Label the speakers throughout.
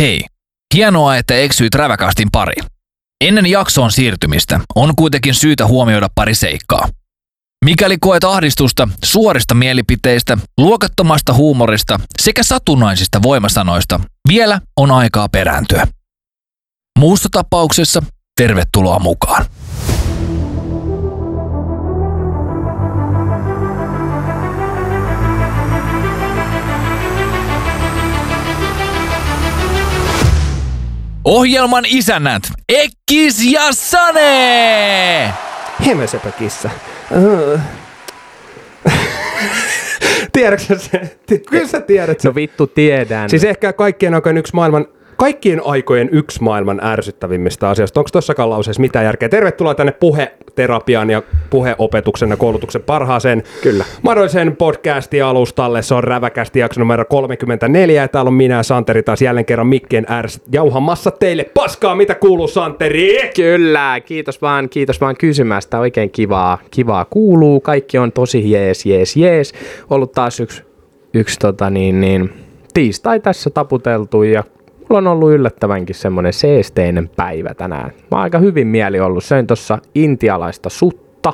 Speaker 1: Hei, hienoa, että eksyit Räväkastin pariin. Ennen jaksoon siirtymistä on kuitenkin syytä huomioida pari seikkaa. Mikäli koet ahdistusta suorista mielipiteistä, luokattomasta huumorista sekä satunnaisista voimasanoista, vielä on aikaa perääntyä. Muussa tapauksessa tervetuloa mukaan. Ohjelman isännät Ekkis ja Sane!
Speaker 2: Hemesepä kissa. Tiedätkö se? Kyllä sä tiedät sen.
Speaker 3: No vittu tiedän.
Speaker 2: Siis ehkä kaikkien aikojen yksi maailman ärsyttävimmistä asioista. Onko tossakaan lauseessa mitään järkeä? Tervetuloa tänne puheterapian ja puheopetuksen ja koulutuksen parhaaseen mahdolliseen podcastin-alustalle. Se on Räväkästi jakso numero 34 ja täällä on minä Santeri taas jälleen kerran mikkien ääressä jauhamassa teille paskaa. Mitä kuuluu, Santeri?
Speaker 3: Kyllä, kiitos vaan kysymästä. Oikein kivaa kuuluu. Kaikki on tosi jees. Ollut taas yksi tiistai tässä taputeltu ja mulla on ollut yllättävänkin semmonen seesteinen päivä tänään. Mä oon aika hyvin mieli ollut. Söin tossa intialaista sutta.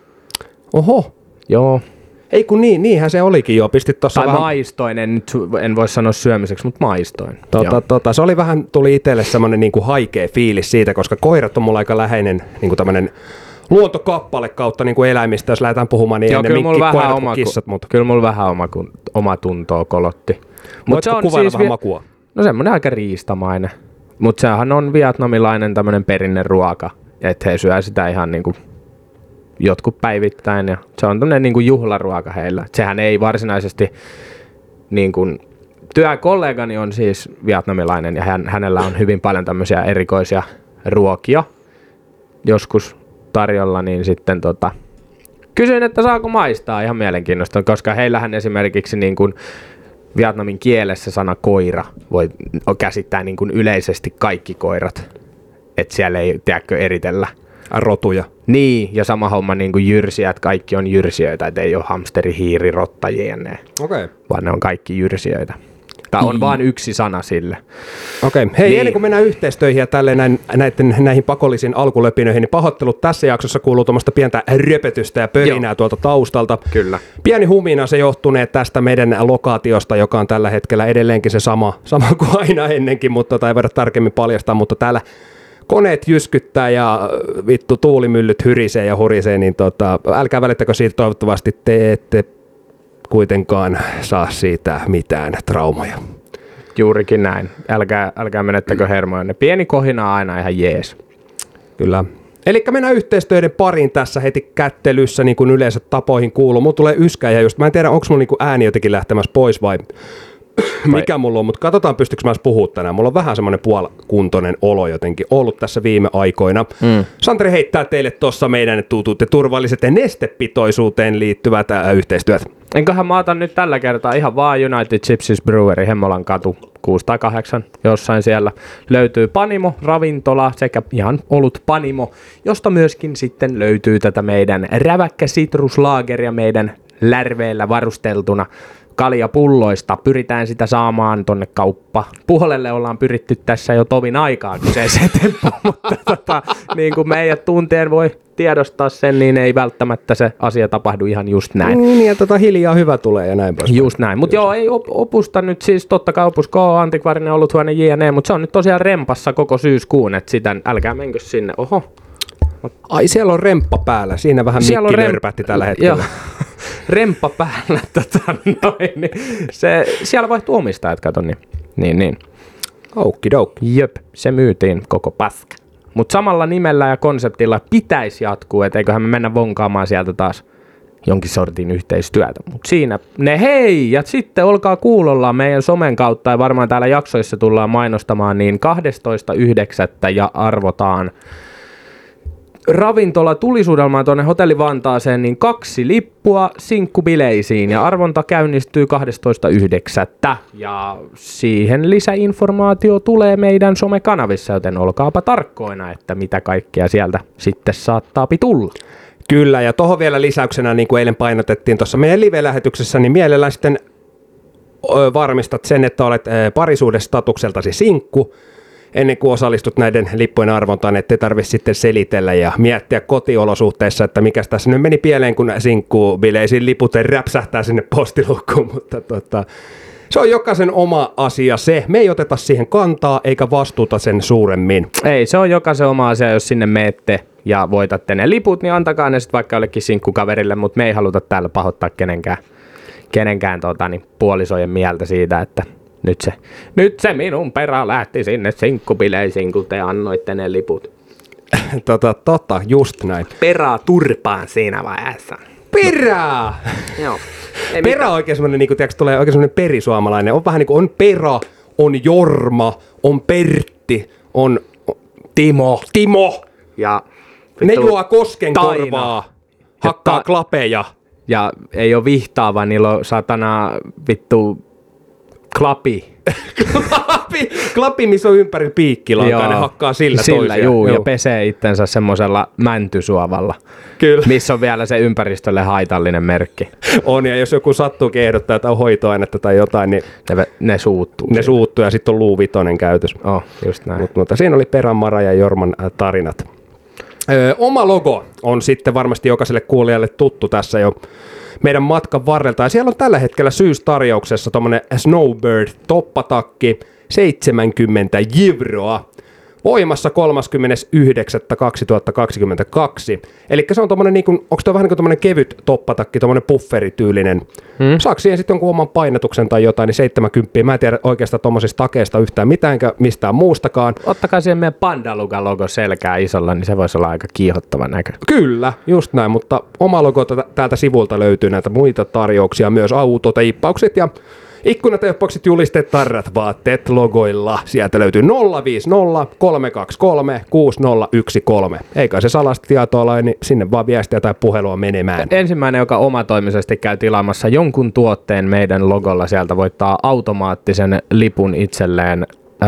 Speaker 2: Oho.
Speaker 3: Joo.
Speaker 2: Ei kun niinhän se olikin jo. Pistit tossa
Speaker 3: tai
Speaker 2: vähän...
Speaker 3: maistoin, en voi sanoa syömiseksi, mutta maistoin.
Speaker 2: Se oli vähän, tuli itselle semmonen niinku haikea fiilis siitä, koska koirat on mulla aika läheinen niinku tämmönen luontokappale kautta niin kuin eläimistä, jos lähdetään puhumaan, niin ennemminkin koirat kuin kissat. Mutta
Speaker 3: kyllä mulla vähän oma tuntoa kolotti.
Speaker 2: Voitko kuvailla siis vähän makua?
Speaker 3: No semmoinen aika riistamainen. Mutta sehän on vietnamilainen tämmöinen perinneruoka, että he syö sitä ihan niinku jotkut päivittäin. Ja se on tämmöinen niinku juhlaruoka heillä. Sehän ei varsinaisesti, niinku, työkollegani on siis vietnamilainen ja hänellä on hyvin paljon tämmöisiä erikoisia ruokia joskus tarjolla, niin sitten kysyin, että saako maistaa, ihan mielenkiinnosta, koska heillähän esimerkiksi niin kuin Vietnamin kielessä sana koira voi käsittää niin kuin yleisesti kaikki koirat, että siellä ei eritellä
Speaker 2: rotuja.
Speaker 3: Niin, ja sama homma niin kuin jyrsijät, kaikki on jyrsijöitä, että ei ole hamsteri, hiiri, rotta, jne.
Speaker 2: Okay.
Speaker 3: Vaan ne on kaikki jyrsijöitä. Tai on vaan yksi sana sille.
Speaker 2: Okei. Hei, niin. Ennen kuin mennään yhteistöihin ja näihin pakollisiin alkulöpinöihin, niin pahoittelut tässä jaksossa kuuluu tuommoista pientä röpötystä ja pörinää tuolta taustalta.
Speaker 3: Kyllä.
Speaker 2: Pieni humina se johtunee tästä meidän lokaatiosta, joka on tällä hetkellä edelleenkin se sama kuin aina ennenkin, mutta ei voida tarkemmin paljastaa, mutta täällä koneet jyskyttää ja vittu tuulimyllyt hyrisee ja hurisee, niin älkää välittäkö siitä, toivottavasti te ette kuitenkaan saa siitä mitään traumoja.
Speaker 3: Juurikin näin. Älkää menettäkö hermoja. Pieni kohina on aina ihan jees.
Speaker 2: Kyllä. Elikkä mennään yhteistyöiden pariin tässä heti kättelyssä, niin kuin yleensä tapoihin kuuluu. Mulla tulee yskä ja just, mä en tiedä, onko mulla niinku ääni jotenkin lähtemässä pois vai mikä mulla on, mutta katsotaan pystyykö mä puhua tänään. Mulla on vähän semmoinen puolikuntoinen olo jotenkin ollut tässä viime aikoina. Santeri heittää teille tuossa meidän tutut ja turvalliset nestepitoisuuteen liittyvät yhteistyöt.
Speaker 3: Enköhän mä otan nyt tällä kertaa ihan vaan United Gypsies Brewery, Hemmolan katu 6 tai 8, jossain siellä löytyy panimo, ravintola sekä ihan olut panimo, josta myöskin sitten löytyy tätä meidän räväkkä sitruslaageria meidän lärveillä varusteltuna kaljapulloista. Pyritään sitä saamaan tonne kauppapuolelle. Ollaan pyritty tässä jo tovin aikaa kyseiseen temppuun, mutta niin kuin meidät tuntien voi tiedostaa sen, niin ei välttämättä se asia tapahdu ihan just näin.
Speaker 2: Niin, ja hiljaa hyvä tulee ja näin pois.
Speaker 3: Just näin, mutta joo, ei opusta nyt siis, totta kai Opus K, antikvaarinen oluthuone jne, mutta se on nyt tosiaan rempassa koko syyskuun, että sitä älkää menkö sinne, oho.
Speaker 2: Ai, siellä on remppa päällä, siinä vähän mikki nörpätti tällä hetkellä.
Speaker 3: Joo. Remppa päällä, niin siellä vaihtuu omistajat, kato niin.
Speaker 2: Okidoki.
Speaker 3: Jöp, se myytiin koko paska. Mutta samalla nimellä ja konseptilla pitäisi jatkuu, et eiköhän me mennä vonkaamaan sieltä taas jonkin sortin yhteistyötä. Mutta siinä ne hei, ja sitten olkaa kuulolla meidän somen kautta, ja varmaan täällä jaksoissa tullaan mainostamaan, niin 12.9. ja arvotaan ravintola tulisuudelmaan tuonne Hotelli Vantaaseen, niin 2 lippua sinkkubileisiin ja arvonta käynnistyy 12.9. Ja siihen lisäinformaatio tulee meidän somekanavissa, joten olkaapa tarkkoina, että mitä kaikkea sieltä sitten saattaa tulla.
Speaker 2: Kyllä, ja tuohon vielä lisäyksenä, niin kuin eilen painotettiin tuossa meidän live-lähetyksessä, niin mielellään sitten varmistat sen, että olet parisuudestatukseltasi sinkku, ennen kuin osallistut näiden lippujen arvontaan, ettei tarvitse sitten selitellä ja miettiä kotiolosuhteissa, että mikä tässä nyt meni pieleen, kun sinkkubileisiin liput räpsähtää sinne postilukkuun, mutta se on jokaisen oma asia se. Me ei oteta siihen kantaa eikä vastuuta sen suuremmin.
Speaker 3: Ei, se on jokaisen oma asia, jos sinne meette ja voitatte ne liput, niin antakaa ne sitten vaikka jollekin sinkkukaverille, mutta me ei haluta täällä pahoittaa kenenkään puolisojen mieltä siitä, että nyt se minun perä lähti sinne sinkkubileisiin, kun te annoitte ne liput.
Speaker 2: Just näin.
Speaker 3: Perää turpaan siinä vaiheessa.
Speaker 2: Perää!
Speaker 3: Joo.
Speaker 2: Perä on oikein semmoinen, niin tiedätkö, tulee oikein semmoinen perisuomalainen. On vähän niin kuin on Pera, on Jorma, on Pertti, on Timo.
Speaker 3: Ja
Speaker 2: ne juo koskenkorvaa, hakkaa klapeja.
Speaker 3: Ja ei ole vihtaava, niillä on satana vittu klapi.
Speaker 2: Klapi, missä on ympäri piikkilankaa, ne hakkaa sillä toisiaan.
Speaker 3: Juu, ja pesee itsensä semmoisella mäntysuovalla, kyllä. Missä on vielä se ympäristölle haitallinen merkki.
Speaker 2: On, ja jos joku sattuukin ehdottaa jotain hoitoainetta tai jotain, niin
Speaker 3: ne suuttuu.
Speaker 2: Ne suuttuu, ja sitten on luuvitonen käytös.
Speaker 3: Just näin.
Speaker 2: Mutta siinä oli Peran, Mara ja Jorman tarinat. Oma logo on sitten varmasti jokaiselle kuulijalle tuttu tässä jo meidän matkan varrelta. Ja siellä on tällä hetkellä syystarjouksessa tommonen Snowbird-toppatakki, 70 €, voimassa 30.9.2022. Eli se on tommonen niinku, onks toi vähän niinku tommonen kevyt toppatakki, tommonen pufferityylinen. Saako siihen sitten jonkun oman painotuksen tai jotain, niin 70. Mä en tiedä oikeastaan tommosista takeista yhtään mitään, mistään muustakaan.
Speaker 3: Ottakaa siihen meidän Pandaluga-logo selkää isolla, niin se voisi olla aika kiihottava näkö.
Speaker 2: Kyllä, just näin, mutta oma logo täältä sivulta löytyy näitä muita tarjouksia, myös autoteippaukset ja ikkunateippaukset, julisteet, tarrat, vaatteet logoilla. Sieltä löytyy 050 323 6013. Eikä se salasta tietoa ole, niin sinne vaan viestiä tai puhelua menemään.
Speaker 3: Ensimmäinen, joka omatoimisesti käy tilaamassa jonkun tuotteen meidän logolla, sieltä voittaa automaattisen lipun itselleen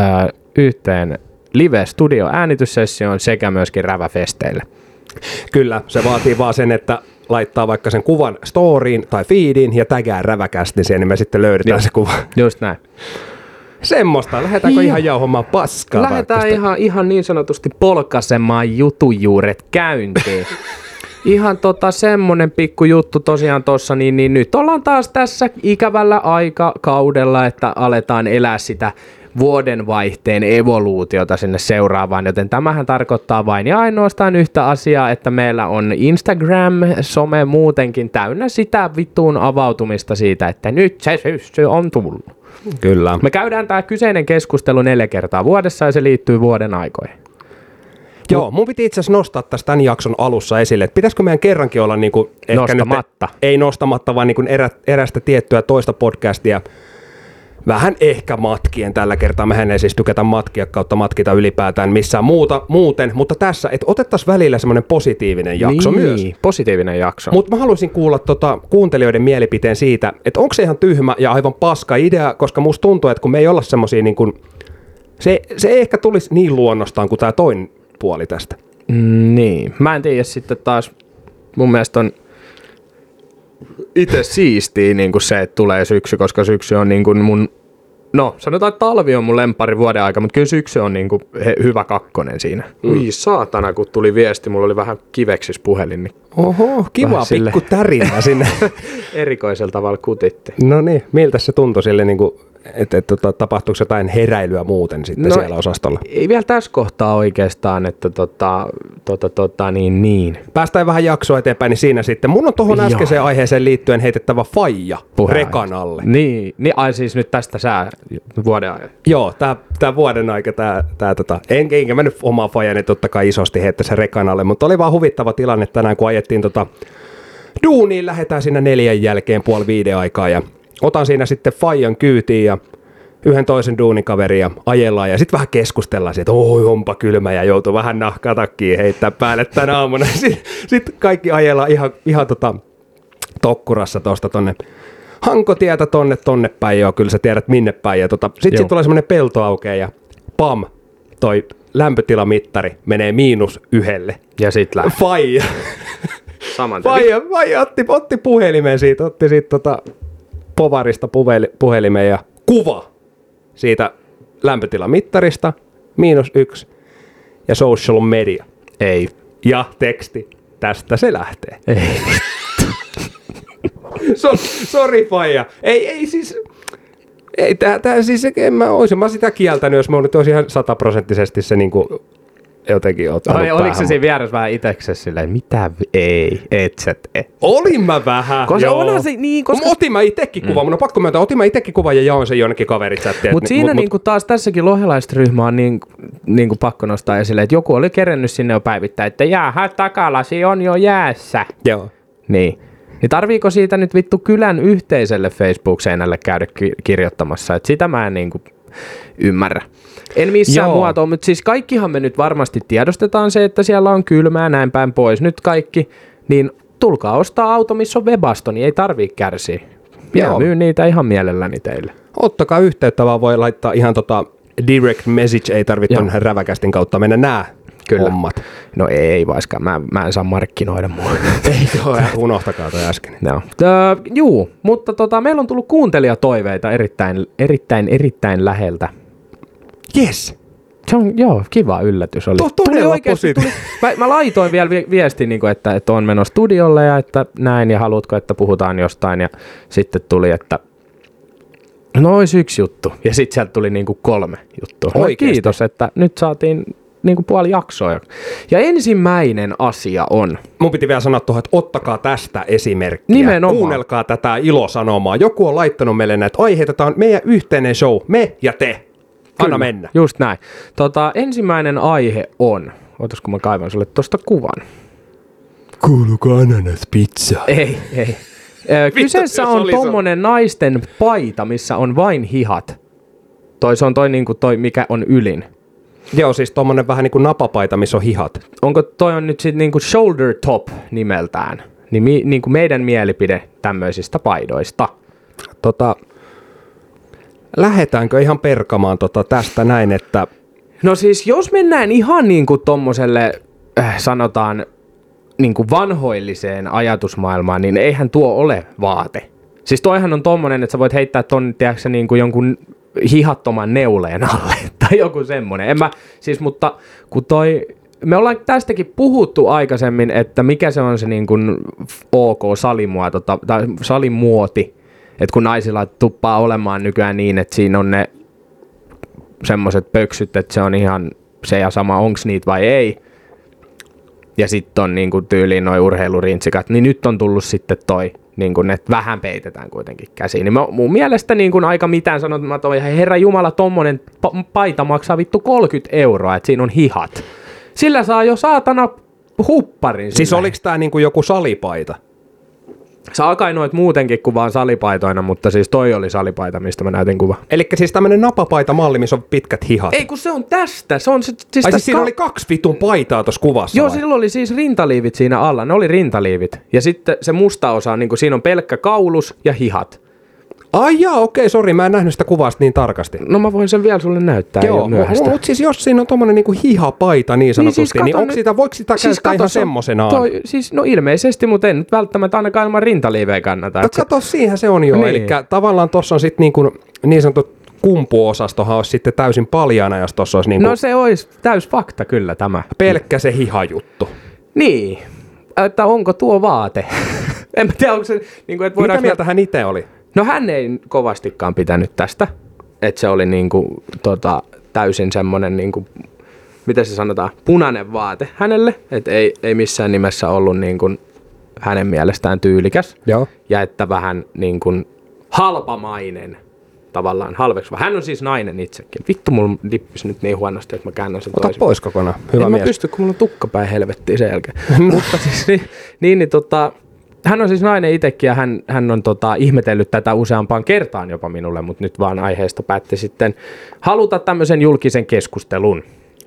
Speaker 3: yhteen live-studio-äänityssessioon sekä myöskin räväfesteille.
Speaker 2: Kyllä, se vaatii vaan sen, että laittaa vaikka sen kuvan storyin tai feediin ja tägää räväkästi sen, niin me sitten löydetään se kuva.
Speaker 3: Just näin.
Speaker 2: Semmoista. Lähdetäänkö ihan jauhomaan paskaa?
Speaker 3: Lähdetään ihan niin sanotusti polkaisemaan jutujuuret käyntiin. Ihan semmonen pikku juttu tosiaan tossa, niin nyt ollaan taas tässä ikävällä aikakaudella, että aletaan elää sitä vuodenvaihteen evoluutiota sinne seuraavaan, joten tämähän tarkoittaa vain ja ainoastaan yhtä asiaa, että meillä on Instagram, some muutenkin täynnä sitä vittuun avautumista siitä, että nyt se syssy on tullut.
Speaker 2: Kyllä.
Speaker 3: Me käydään tää kyseinen keskustelu 4 kertaa vuodessa ja se liittyy vuoden aikoihin.
Speaker 2: Joo, mun piti itse asiassa nostaa tässä tämän jakson alussa esille, että pitäisikö meidän kerrankin olla niinku ehkä
Speaker 3: nostamatta.
Speaker 2: Nyt, ei nostamatta, vaan niinku erästä tiettyä toista podcastia vähän ehkä matkien tällä kertaa. Mehän ei siis tykätä matkia kautta matkita ylipäätään missään muuten, mutta tässä, että otettaisiin välillä semmoinen positiivinen jakso myös.
Speaker 3: Positiivinen jakso.
Speaker 2: Mutta mä haluaisin kuulla kuuntelijoiden mielipiteen siitä, että onko se ihan tyhmä ja aivan paska idea, koska musta tuntuu, että kun me ei olla semmosia niin kuin, se ei ehkä tulisi niin luonnostaan kuin tää toinen puoli tästä.
Speaker 3: Niin, mä en tiedä sitten taas, mun mielestä on itse siistiä niin kuin se, että tulee syksy, koska syksy on niin kuin mun, no sanotaan, että talvi on mun lemppari vuoden aika, mutta kyllä syksy on niin kuin hyvä kakkonen siinä. Ui saatana, kun tuli viesti, mulla oli vähän kiveksis puhelin. Niin
Speaker 2: oho, kiva pikku tärinä sinne.
Speaker 3: Erikoisella tavalla kutitti.
Speaker 2: No niin, miltä se tuntui sille, niin kuin, että tapahtuiko jotain heräilyä muuten sitten siellä osastolla?
Speaker 3: Ei vielä tässä kohtaa oikeastaan, että niin.
Speaker 2: Päästään vähän jaksoa eteenpäin, niin siinä sitten. Mun on tuohon äskeiseen aiheeseen liittyen heitettävä faija rekan alle.
Speaker 3: Niin, siis nyt tästä vuoden ajan.
Speaker 2: Joo, tää vuoden aika, enkä mä nyt omaa faijani totta kai isosti heittäisi rekan alle, mutta oli vaan huvittava tilanne tänään, kun ajettiin duuniin, lähdetään siinä 4 jälkeen 4:30 aikaa ja otan siinä sitten faijan kyytiin ja yhden toisen duunikaverin ja ajellaan ja sitten vähän keskustellaan siitä, että onpa kylmä ja joutuu vähän nahkatakkiin heittää päälle tänä aamuna. Sitten kaikki ajellaan ihan tokkurassa tuosta tonne Hankotietä tonne päin, joo, kyllä sä tiedät minne päin. Ja sitten tulee semmoinen pelto aukeaa ja pam, toi lämpötilamittari menee -1.
Speaker 3: Ja sit lähtee.
Speaker 2: Faija otti puhelimen siitä, otti siitä povarista puhelimeen ja kuva siitä lämpötilamittarista, -1 ja social media.
Speaker 3: Ei.
Speaker 2: Ja teksti, tästä se lähtee.
Speaker 3: Ei.
Speaker 2: Sori faija. Ei siis... Ei, tää siis, olisin mä sitä kieltänyt, jos mä olisi ihan 100% se niinku jotenkin ottanut päähän.
Speaker 3: Oliko se siinä vieressä vähän itseksesi silleen, mitä ei, et sä tee.
Speaker 2: Olin mä vähän,
Speaker 3: koska onhan se niin, koska...
Speaker 2: Otin mä itekin kuvan, mun on pakko myöntää, otin mä itekin kuvan ja jaoin sen jonnekin kaverichattiin.
Speaker 3: Mutta siinä niinku taas tässäkin lohelaiset ryhmä on niinku pakko nostaa esille, että joku oli kerennyt sinne jo päivittää, että jäähä, takalasi on jo jäässä.
Speaker 2: Joo.
Speaker 3: Niin tarviiko siitä nyt vittu kylän yhteiselle Facebook-seinälle käydä kirjoittamassa, että sitä mä en niinku ymmärrä. En missään muotoa, mutta siis kaikkihan me nyt varmasti tiedostetaan se, että siellä on kylmää näin päin pois. Nyt kaikki, niin tulkaa ostaa auto, missä on Webasto, niin ei tarvii kärsiä. Minä myyn niitä ihan mielelläni teille.
Speaker 2: Ottakaa yhteyttä, vaan voi laittaa ihan direct message, ei tarvitse tuonne räväkästin kautta mennä nää hommat.
Speaker 3: No ei vaiskaan, mä en saa markkinoida mua.
Speaker 2: Ei joo, unohtakaa toi äsken.
Speaker 3: No. Juu, mutta meillä on tullut kuuntelijatoiveita erittäin läheltä.
Speaker 2: Yes.
Speaker 3: Se on, kiva yllätys oli.
Speaker 2: Todella positiivinen.
Speaker 3: Mä laitoin vielä viestin, niin että on menossa studiolle ja että näin ja haluatko, että puhutaan jostain. Ja sitten tuli, että no olisi 1 juttu. Ja sitten sieltä tuli 3 juttua. Kiitos, että nyt saatiin puoli jaksoa. Ja ensimmäinen asia on...
Speaker 2: Mun piti vielä sanoa tuohon, että ottakaa tästä esimerkkiä.
Speaker 3: Nimenomaan.
Speaker 2: Kuunnelkaa tätä ilosanomaa. Joku on laittanut meille näitä aiheita. Tämä on meidän yhteinen show. Me ja te. Anna mennä.
Speaker 3: Just näin. Ensimmäinen aihe on... Ootas, kun mä kaivan sulle tuosta kuvan.
Speaker 2: Kuuluuko ananaspizza?
Speaker 3: Ei. Kyseessä on tommonen naisten paita, missä on vain hihat. Se on toi, mikä on ylin.
Speaker 2: Joo, siis tommonen vähän niinku napapaita, missä on hihat.
Speaker 3: Onko toi on nyt sit niinku shoulder top nimeltään? Niinku meidän mielipide tämmöisistä paidoista.
Speaker 2: Lähetäänkö ihan perkamaan tästä näin, että...
Speaker 3: No siis jos mennään ihan niinku tommoselle, sanotaan, niinku vanhoilliseen ajatusmaailmaan, niin eihän tuo ole vaate. Siis toihan on tommonen, että sä voit heittää ton, tiedätkö, niinku jonkun hihattoman neuleen alle tai joku semmonen. Mutta kun me ollaan tästäkin puhuttu aikaisemmin, että mikä se on se niin kuin ok salimuoto tai salimuoti, että kun naisilla tuppaa olemaan nykyään niin, että siinä on ne semmoiset pöksyt, että se on ihan se ja sama, onks niitä vai ei. Ja sitten on niin kuin tyyliin noi urheilurintsikat, niin nyt on tullut sitten toi, niin kuin, että vähän peitetään kuitenkin käsiin. Niin mun mielestä niin kuin aika mitään sanomaton, herra jumala, tommonen paita maksaa vittu 30 €, että siinä on hihat. Sillä saa jo saatana hupparin.
Speaker 2: Siis oliks tää niinku joku salipaita?
Speaker 3: Sä akainoit muutenkin kuin vaan salipaitoina, mutta siis toi oli salipaita, mistä mä näytin kuva.
Speaker 2: Elikkä siis tämmönen napapaita-malli, missä on pitkät hihat.
Speaker 3: Ei, kun se on tästä. Se on siis
Speaker 2: siis siinä oli 2 vitun paitaa tossa kuvassa.
Speaker 3: Joo, silloin oli siis rintaliivit siinä alla. Ne oli rintaliivit. Ja sitten se musta osa, niin siinä on pelkkä kaulus ja hihat.
Speaker 2: Ai jaa, okei, sori, mä en nähnyt sitä kuvasta niin tarkasti.
Speaker 3: No mä voin sen vielä sulle näyttää.
Speaker 2: Joo, mutta siis jos siinä on tommonen niinku hihapaita niin sanotusti, niin onko sitä, voiko sitä
Speaker 3: siis
Speaker 2: käyttää ihan semmosenaan?
Speaker 3: No ilmeisesti, mutta en nyt välttämättä ainakaan ilman rintaliivejä kannata.
Speaker 2: Kato, siihen se on jo. Niin. Elikkä tavallaan tossa on sit niin sanottu kumpuosastohan olisi sitten täysin paljaana, jos tossa olisi niinku...
Speaker 3: No se olisi täys fakta kyllä tämä.
Speaker 2: Pelkkä se hihajuttu.
Speaker 3: Niin, että onko tuo vaate? En mä tiedä, onko se... Niin kuin, että
Speaker 2: mitä mieltä hän itse oli?
Speaker 3: No hän ei kovastikaan pitänyt tästä, että se oli niinku, täysin semmoinen, niinku, miten se sanotaan, punainen vaate hänelle, että ei missään nimessä ollut niinku, hänen mielestään tyylikäs.
Speaker 2: Joo.
Speaker 3: Ja että vähän niinku, halpamainen, tavallaan halveksiva. Hän on siis nainen itsekin. Vittu, mulla dippisi nyt niin huonosti, että mä käännän sen
Speaker 2: toisin. Ota pois kokonaan, hyvä
Speaker 3: en
Speaker 2: mies.
Speaker 3: Mä pysty, kun mulla on tukkapäin helvettiin sen jälkeen. Mutta siis hän on siis nainen itsekin ja hän on ihmetellyt tätä useampaan kertaan jopa minulle, mutta nyt vaan aiheesta päätti sitten haluta tämmöisen julkisen keskustelun.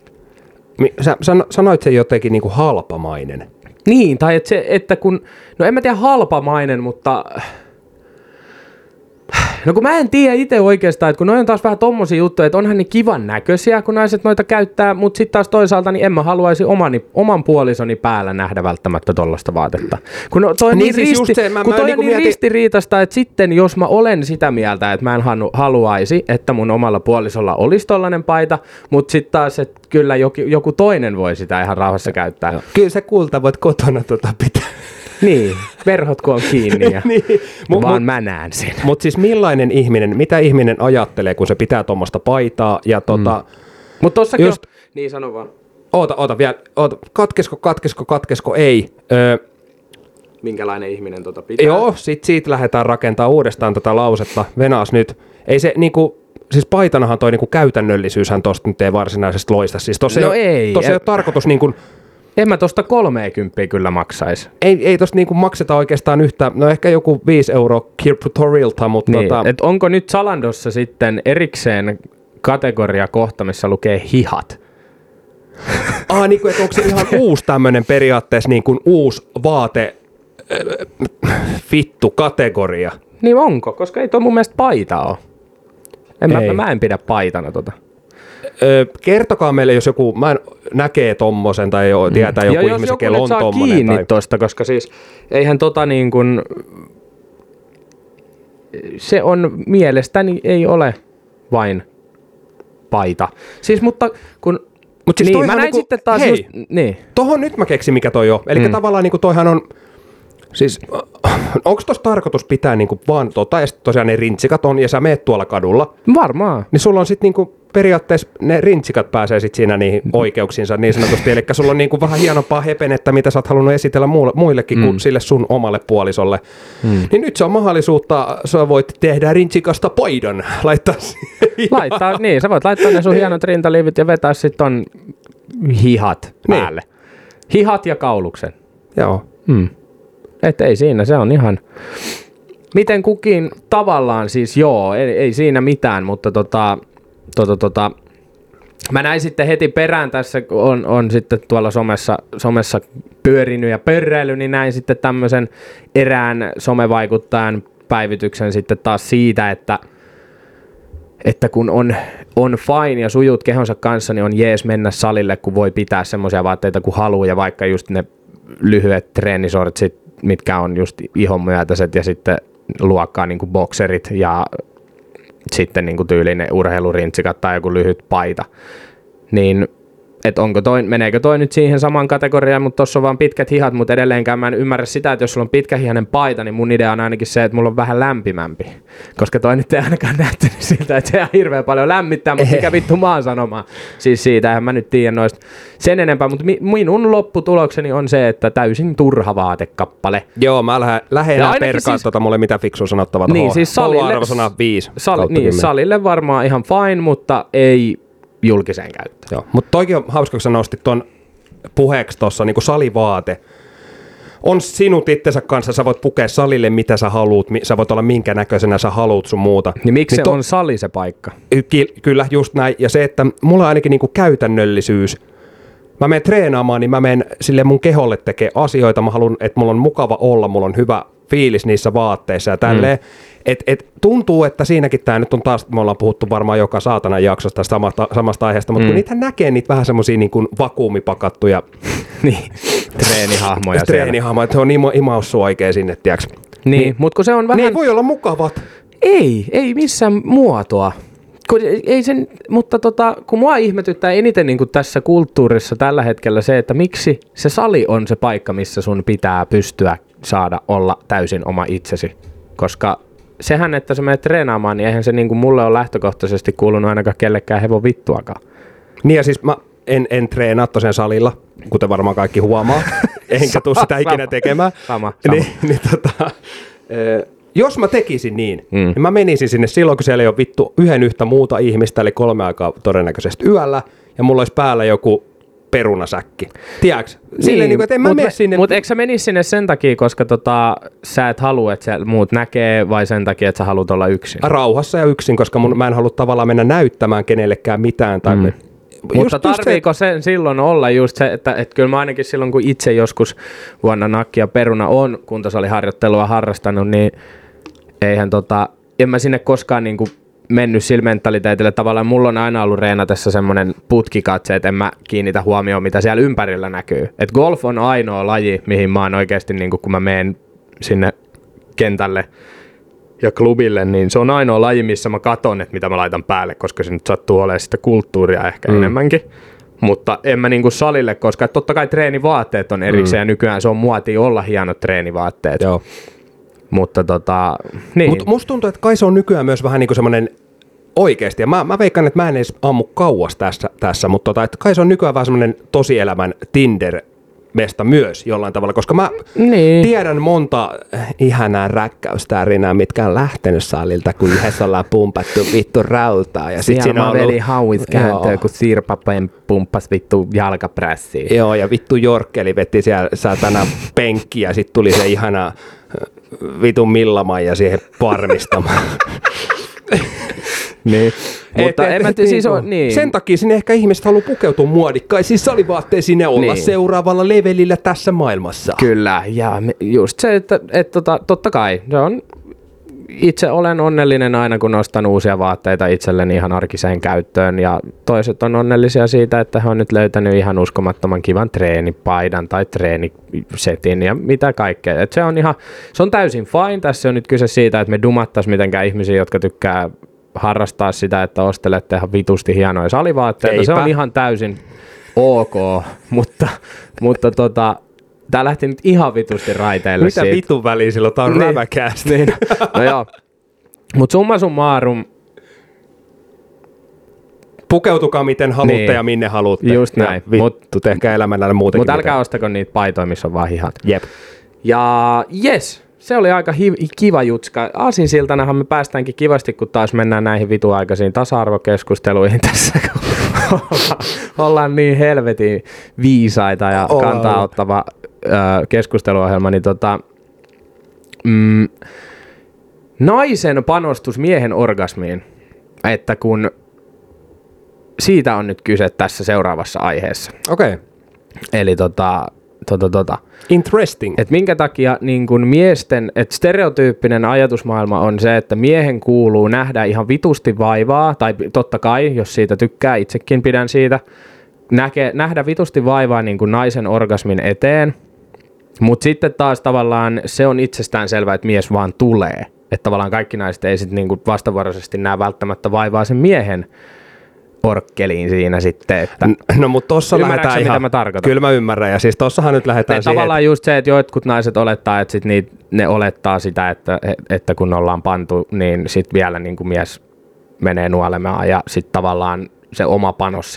Speaker 2: Sä sanoit sen jotenkin niinku halpamainen.
Speaker 3: Niin, tai että kun, no en mä tiedä halpamainen, mutta No kun mä en tiedä itse oikeastaan, että kun noi on taas vähän tommosia juttuja, että onhan ne kivan näköisiä, kun naiset noita käyttää, mutta sitten taas toisaalta niin en mä haluaisi oman puolisoni päällä nähdä välttämättä tollaista vaatetta. Kun toi on niin, niin ristiriitasta, että sitten jos mä olen sitä mieltä, että mä en haluaisi, että mun omalla puolisolla olisi tollainen paita, mutta sitten taas, että kyllä joku toinen voi sitä ihan rauhassa käyttää.
Speaker 2: Joo. Kyllä se kulta voit kotona pitää.
Speaker 3: Niin, verhot kun on kiinni ja niin. Vaan mä näen sen.
Speaker 2: Mutta siis mitä ihminen ajattelee, kun se pitää tuommoista paitaa ja
Speaker 3: Mutta tossakin just... Niin, sano vaan.
Speaker 2: Oota vielä, katkesko, ei.
Speaker 3: Minkälainen ihminen pitää?
Speaker 2: Joo, siitä lähdetään rakentamaan uudestaan tätä lausetta. Venaas nyt. Ei se niinku... Siis paitanahan toi niinku käytännöllisyyshän tosta nyt ei varsinaisesti loista. Siis tossa ei ole tarkoitus niinku...
Speaker 3: En mä tosta 30 kyllä maksaisi.
Speaker 2: Ei tosta niinku makseta oikeastaan yhtä, no ehkä joku 5 € tutorialta, mutta
Speaker 3: niin, et onko nyt Zalandossa sitten erikseen kategoria kohta, missä lukee hihat?
Speaker 2: Niinku, että onko se ihan uusi tämmönen periaatteessa niinku uusi vaate fittu kategoria?
Speaker 3: Niin onko, koska ei toi mun mielestä paita ole. Mä en pidä paitana
Speaker 2: kertokaa meille, jos joku näkee tommosen tai tietää joku ihmisen, kellä on tommonen.
Speaker 3: Jos joku kiinni tai... tosta, koska siis eihän niin kuin, se on mielestäni ei ole vain paita. Siis mutta kun...
Speaker 2: siis
Speaker 3: niin, mä näin niinku, sitten taas just... Niin.
Speaker 2: Tohon nyt mä keksin, mikä toi on. Eli tavallaan niinku toihan on... Siis onko tuossa tarkoitus pitää niinku vaan ja sitten tosiaan ne rintsikat on, ja sä meet tuolla kadulla.
Speaker 3: Varmaan.
Speaker 2: Niin sulla on sitten niinku periaatteessa ne rintsikat pääsee sitten siinä niihin oikeuksiinsa niin sanotusti. Eli sulla on niinku vähän hienompaa hepenettä, mitä sä oot halunnut esitellä muillekin kuin sille sun omalle puolisolle. Niin nyt se on mahdollisuutta, sä voit tehdä rintsikasta paidan.
Speaker 3: Niin, sä voit laittaa ne sun hienot rintaliivit ja vetää sitten ton hihat päälle. Niin. Hihat ja kauluksen.
Speaker 2: Joo.
Speaker 3: Että ei siinä, se on ihan... Miten kukin tavallaan siis, ei siinä mitään, mutta mä näin sitten heti perään tässä, kun on sitten tuolla somessa pyörinyt ja pörräily, niin näin sitten tämmöisen erään somevaikuttajan päivityksen sitten taas siitä, että kun on fine ja sujut kehonsa kanssa, niin on jees mennä salille, kun voi pitää semmoisia vaatteita kuin haluaa ja vaikka just ne lyhyet treenisortsit, mitkä on just ihon myötäiset ja sitten luokkaa niin kuin bokserit ja sitten niin kuin tyylinen urheilurintsikat tai joku lyhyt paita. Niin, että meneekö toi nyt siihen samaan kategoriaan, mutta tossa on vaan pitkät hihat, mutta edelleenkään mä en ymmärrä sitä, että jos sulla on pitkähihainen paita, niin mun idea on ainakin se, että mulla on vähän lämpimämpi. Koska toi nyt ei ainakaan näyttänyt siltä, että se on hirveän paljon lämmittää, mutta mikä vittu mä oon sanomaan. Siis siitä eihän mä nyt tiedä noista sen enempää, mutta minun lopputulokseni on se, että täysin turha vaatekappale.
Speaker 2: Joo, mä lähden perkaa siis, mulle mitä fiksua sanottavaa.
Speaker 3: Niin, siis
Speaker 2: salille, 5.
Speaker 3: Salille varmaan ihan fine, mutta ei julkiseen käyttöön.
Speaker 2: Joo, mutta toikin on hauska, kun sä nostit ton puheeksi tuossa niin salivaate. On sinut itsensä kanssa, sä voit pukea salille mitä sä haluut, sä voit olla minkä näköisenä sä haluut sun muuta.
Speaker 3: Niin miksi se on sali se paikka?
Speaker 2: Kyllä, just näin. Ja se, että mulla on ainakin niin käytännöllisyys. Mä menen treenaamaan, niin mä menen sille mun keholle tekee asioita. Mä haluan, että mulla on mukava olla, mulla on hyvä fiilis niissä vaatteissa ja tälleen. Et tuntuu, että siinäkin tämä nyt on taas, me ollaan puhuttu varmaan joka saatana jaksosta samasta aiheesta, mutta kun niitä näkee niitä vähän semmosia niin kuin vakuumipakattuja
Speaker 3: niin, treenihahmoja.
Speaker 2: Treenihahmoja, että se on imaussut oikein sinne, tiiäks.
Speaker 3: Niin, mutta kun se on vähän...
Speaker 2: Niin voi olla mukavat.
Speaker 3: Ei missään muotoa. Mutta kun mua ihmetyttää eniten niin kuin tässä kulttuurissa tällä hetkellä se, että miksi se sali on se paikka, missä sun pitää pystyä saada olla täysin oma itsesi. Koska sehän, että sä menet treenaamaan, niin eihän se niin kuin mulle ole lähtökohtaisesti kuulunut ainakaan kellekään hevon vittuakaan.
Speaker 2: Niin ja siis mä en treenaa tosiaan salilla, kuten varmaan kaikki huomaa. Enkä tuu sitä ikinä tekemään.
Speaker 3: Sama.
Speaker 2: Jos mä tekisin niin mä menisin sinne silloin, kun siellä ei ole vittu yhtä muuta ihmistä, eli 3 aikaa todennäköisesti yöllä, ja mulla olisi päällä joku perunasäkki. Tiedätkö? Silleen, niin, että en mä mene sinne.
Speaker 3: Mutta eikö sä menisi sinne sen takia, koska sä et halua, että muut näkee, vai sen takia, että sä haluat olla yksin?
Speaker 2: Rauhassa ja yksin, koska mä en halua tavallaan mennä näyttämään kenellekään mitään. Tai
Speaker 3: mutta tarviiko sen silloin olla just se, että kyllä mä ainakin silloin, kun itse joskus vuonna Nakki ja Peruna on kuntosaliharjoittelua harrastanut, niin eihän en mä sinne koskaan niinku mennyt sillä mentaliteetillä. Tavallaan mulla on aina ollut reenatessa semmoinen putkikatse, että en mä kiinnitä huomioon, mitä siellä ympärillä näkyy. Et golf on ainoa laji, mihin mä oon oikeasti, niinku, kun mä menen sinne kentälle ja klubille, niin se on ainoa laji, missä mä katon, että mitä mä laitan päälle, koska se nyt sattuu olemaan sitä kulttuuria ehkä enemmänkin. Mutta en mä niinku salille, koska totta kai treenivaatteet on erikseen ja nykyään se on muotia olla hienot treenivaatteet.
Speaker 2: Joo.
Speaker 3: Mutta niin.
Speaker 2: Mut musta tuntuu, että kai se on nykyään myös vähän niinku semmoinen oikeesti, ja mä veikkaan, että mä en edes ammu kauas tässä mutta että kai se on nykyään vähän semmoinen tosielämän Tinder-mesta myös jollain tavalla, koska mä tiedän monta ihanaa rakkaustarinaa, mitkä on lähtenyt salilta, kun yhdessä ollaan pumpattu vittu rautaa. Ja sit siinä on ollut
Speaker 3: veli hauis kääntöä, kun Sirpapen pumppas vittu jalkaprässiin.
Speaker 2: Joo, ja vittu Jorkkeli veti siellä satana penkkiä, ja sit tuli se ihana vitun Millamaija siihen parmistamaan.
Speaker 3: Niin. Mutta en mä siis niin.
Speaker 2: Sen takia sinne ehkä ihmiset haluaa pukeutua muodikkaisiin salivaatteisiin ja olla seuraavalla levelillä tässä maailmassa.
Speaker 3: Kyllä, ja just se, että totta kai se on, itse olen onnellinen aina, kun ostan uusia vaatteita itselleni ihan arkiseen käyttöön, ja toiset on onnellisia siitä, että he on nyt löytänyt ihan uskomattoman kivan treenipaidan tai treenisetin ja mitä kaikkea. Et se on täysin fine. Tässä on nyt kyse siitä, että me dumattaisiin mitenkään ihmisiä, jotka tykkää harrastaa sitä, että ostelette ihan vitusti hienoja salivaatteita. Eipä. Se on ihan täysin ok, mutta tää lähti nyt ihan vitusti raiteille.
Speaker 2: Mitä siitä. Vitun väliä silloin? Tää on räväkäästi.
Speaker 3: Niin. No joo. Mut summa summarum.
Speaker 2: Pukeutukaa miten haluatte ja minne haluatte.
Speaker 3: Just näin.
Speaker 2: Vittu, tehkää elämällä muutenkin.
Speaker 3: Mutta älkää ostako niitä paitoja, missä on vaan hihat.
Speaker 2: Jep.
Speaker 3: Ja jes. Se oli aika kiva jutska. Aasinsiltanahan me päästäänkin kivasti, kun taas mennään näihin vituaikaisiin tasa-arvokeskusteluihin tässä, kun ollaan niin helvetin viisaita ja kantaa ottava keskusteluohjelma. Niin naisen panostus miehen orgasmiin, että kun siitä on nyt kyse tässä seuraavassa aiheessa.
Speaker 2: Okei.
Speaker 3: Eli
Speaker 2: Interesting.
Speaker 3: Et minkä takia niin kun miesten, että stereotyyppinen ajatusmaailma on se, että miehen kuuluu nähdä ihan vitusti vaivaa, tai totta kai, jos siitä tykkää, itsekin pidän siitä, nähdä vitusti vaivaa niin kuin naisen orgasmin eteen, mutta sitten taas tavallaan se on itsestään selvää, että mies vaan tulee. Että tavallaan kaikki naiset ei sitten niin kuin vastavuoroisesti näe välttämättä vaivaa sen miehen orkkeliin siinä sitten, että
Speaker 2: no mutta tossa lähdetään ihan,
Speaker 3: mä tarkoitan?
Speaker 2: Kyllä mä ymmärrän, ja siis tossahan nyt lähdetään siihen,
Speaker 3: tavallaan just se, että jotkut naiset olettaa, että sit ne olettaa sitä, että kun ollaan pantu, niin sit vielä niin kuin mies menee nuolemaan, ja sit tavallaan se oma panos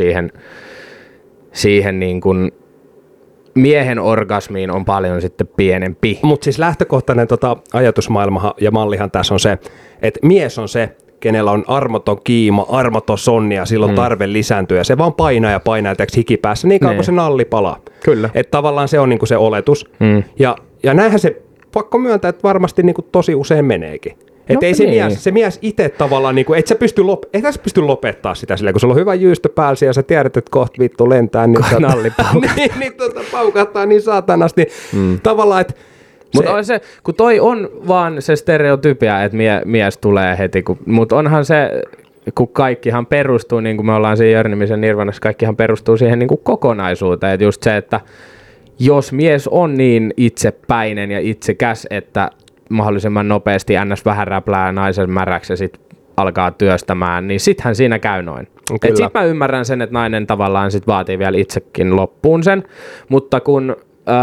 Speaker 3: siihen niin kuin miehen orgasmiin on paljon sitten pienempi.
Speaker 2: Mutta siis lähtökohtainen ajatusmaailma ja mallihan tässä on se, että mies on se, kenellä on armoton kiima, armoton sonni ja silloin tarve lisääntyä. Ja se vaan painaa ja hiki päässä niin kauan kuin se nalli palaa.
Speaker 3: Kyllä.
Speaker 2: Että tavallaan se on niinku se oletus. Ja näinhän se pakko myöntää, että varmasti niinku tosi usein meneekin. Että ei se mies itse tavallaan, niinku, et sä pysty lopettaa sitä silleen, kun sulla on hyvä jyystö päällä ja sä tiedät, että kohta vittu lentää. Niin
Speaker 3: nalli
Speaker 2: paukahtaa niin saatanasti. Tavallaan, että
Speaker 3: mutta on se, kun toi on vaan se stereotypia, että mies tulee heti, mutta onhan se, kun kaikkihan perustuu, niin kuin me ollaan siinä Jörnimisen Nirvanassa, kaikkihan perustuu siihen niin kuin kokonaisuuteen. Että just se, että jos mies on niin itsepäinen ja itsekäs, että mahdollisimman nopeasti ns. Vähän räplää naisen märäksi ja sit alkaa työstämään, niin sittenhän siinä käy noin. Et sit mä ymmärrän sen, että nainen tavallaan sit vaatii vielä itsekin loppuun sen, mutta kun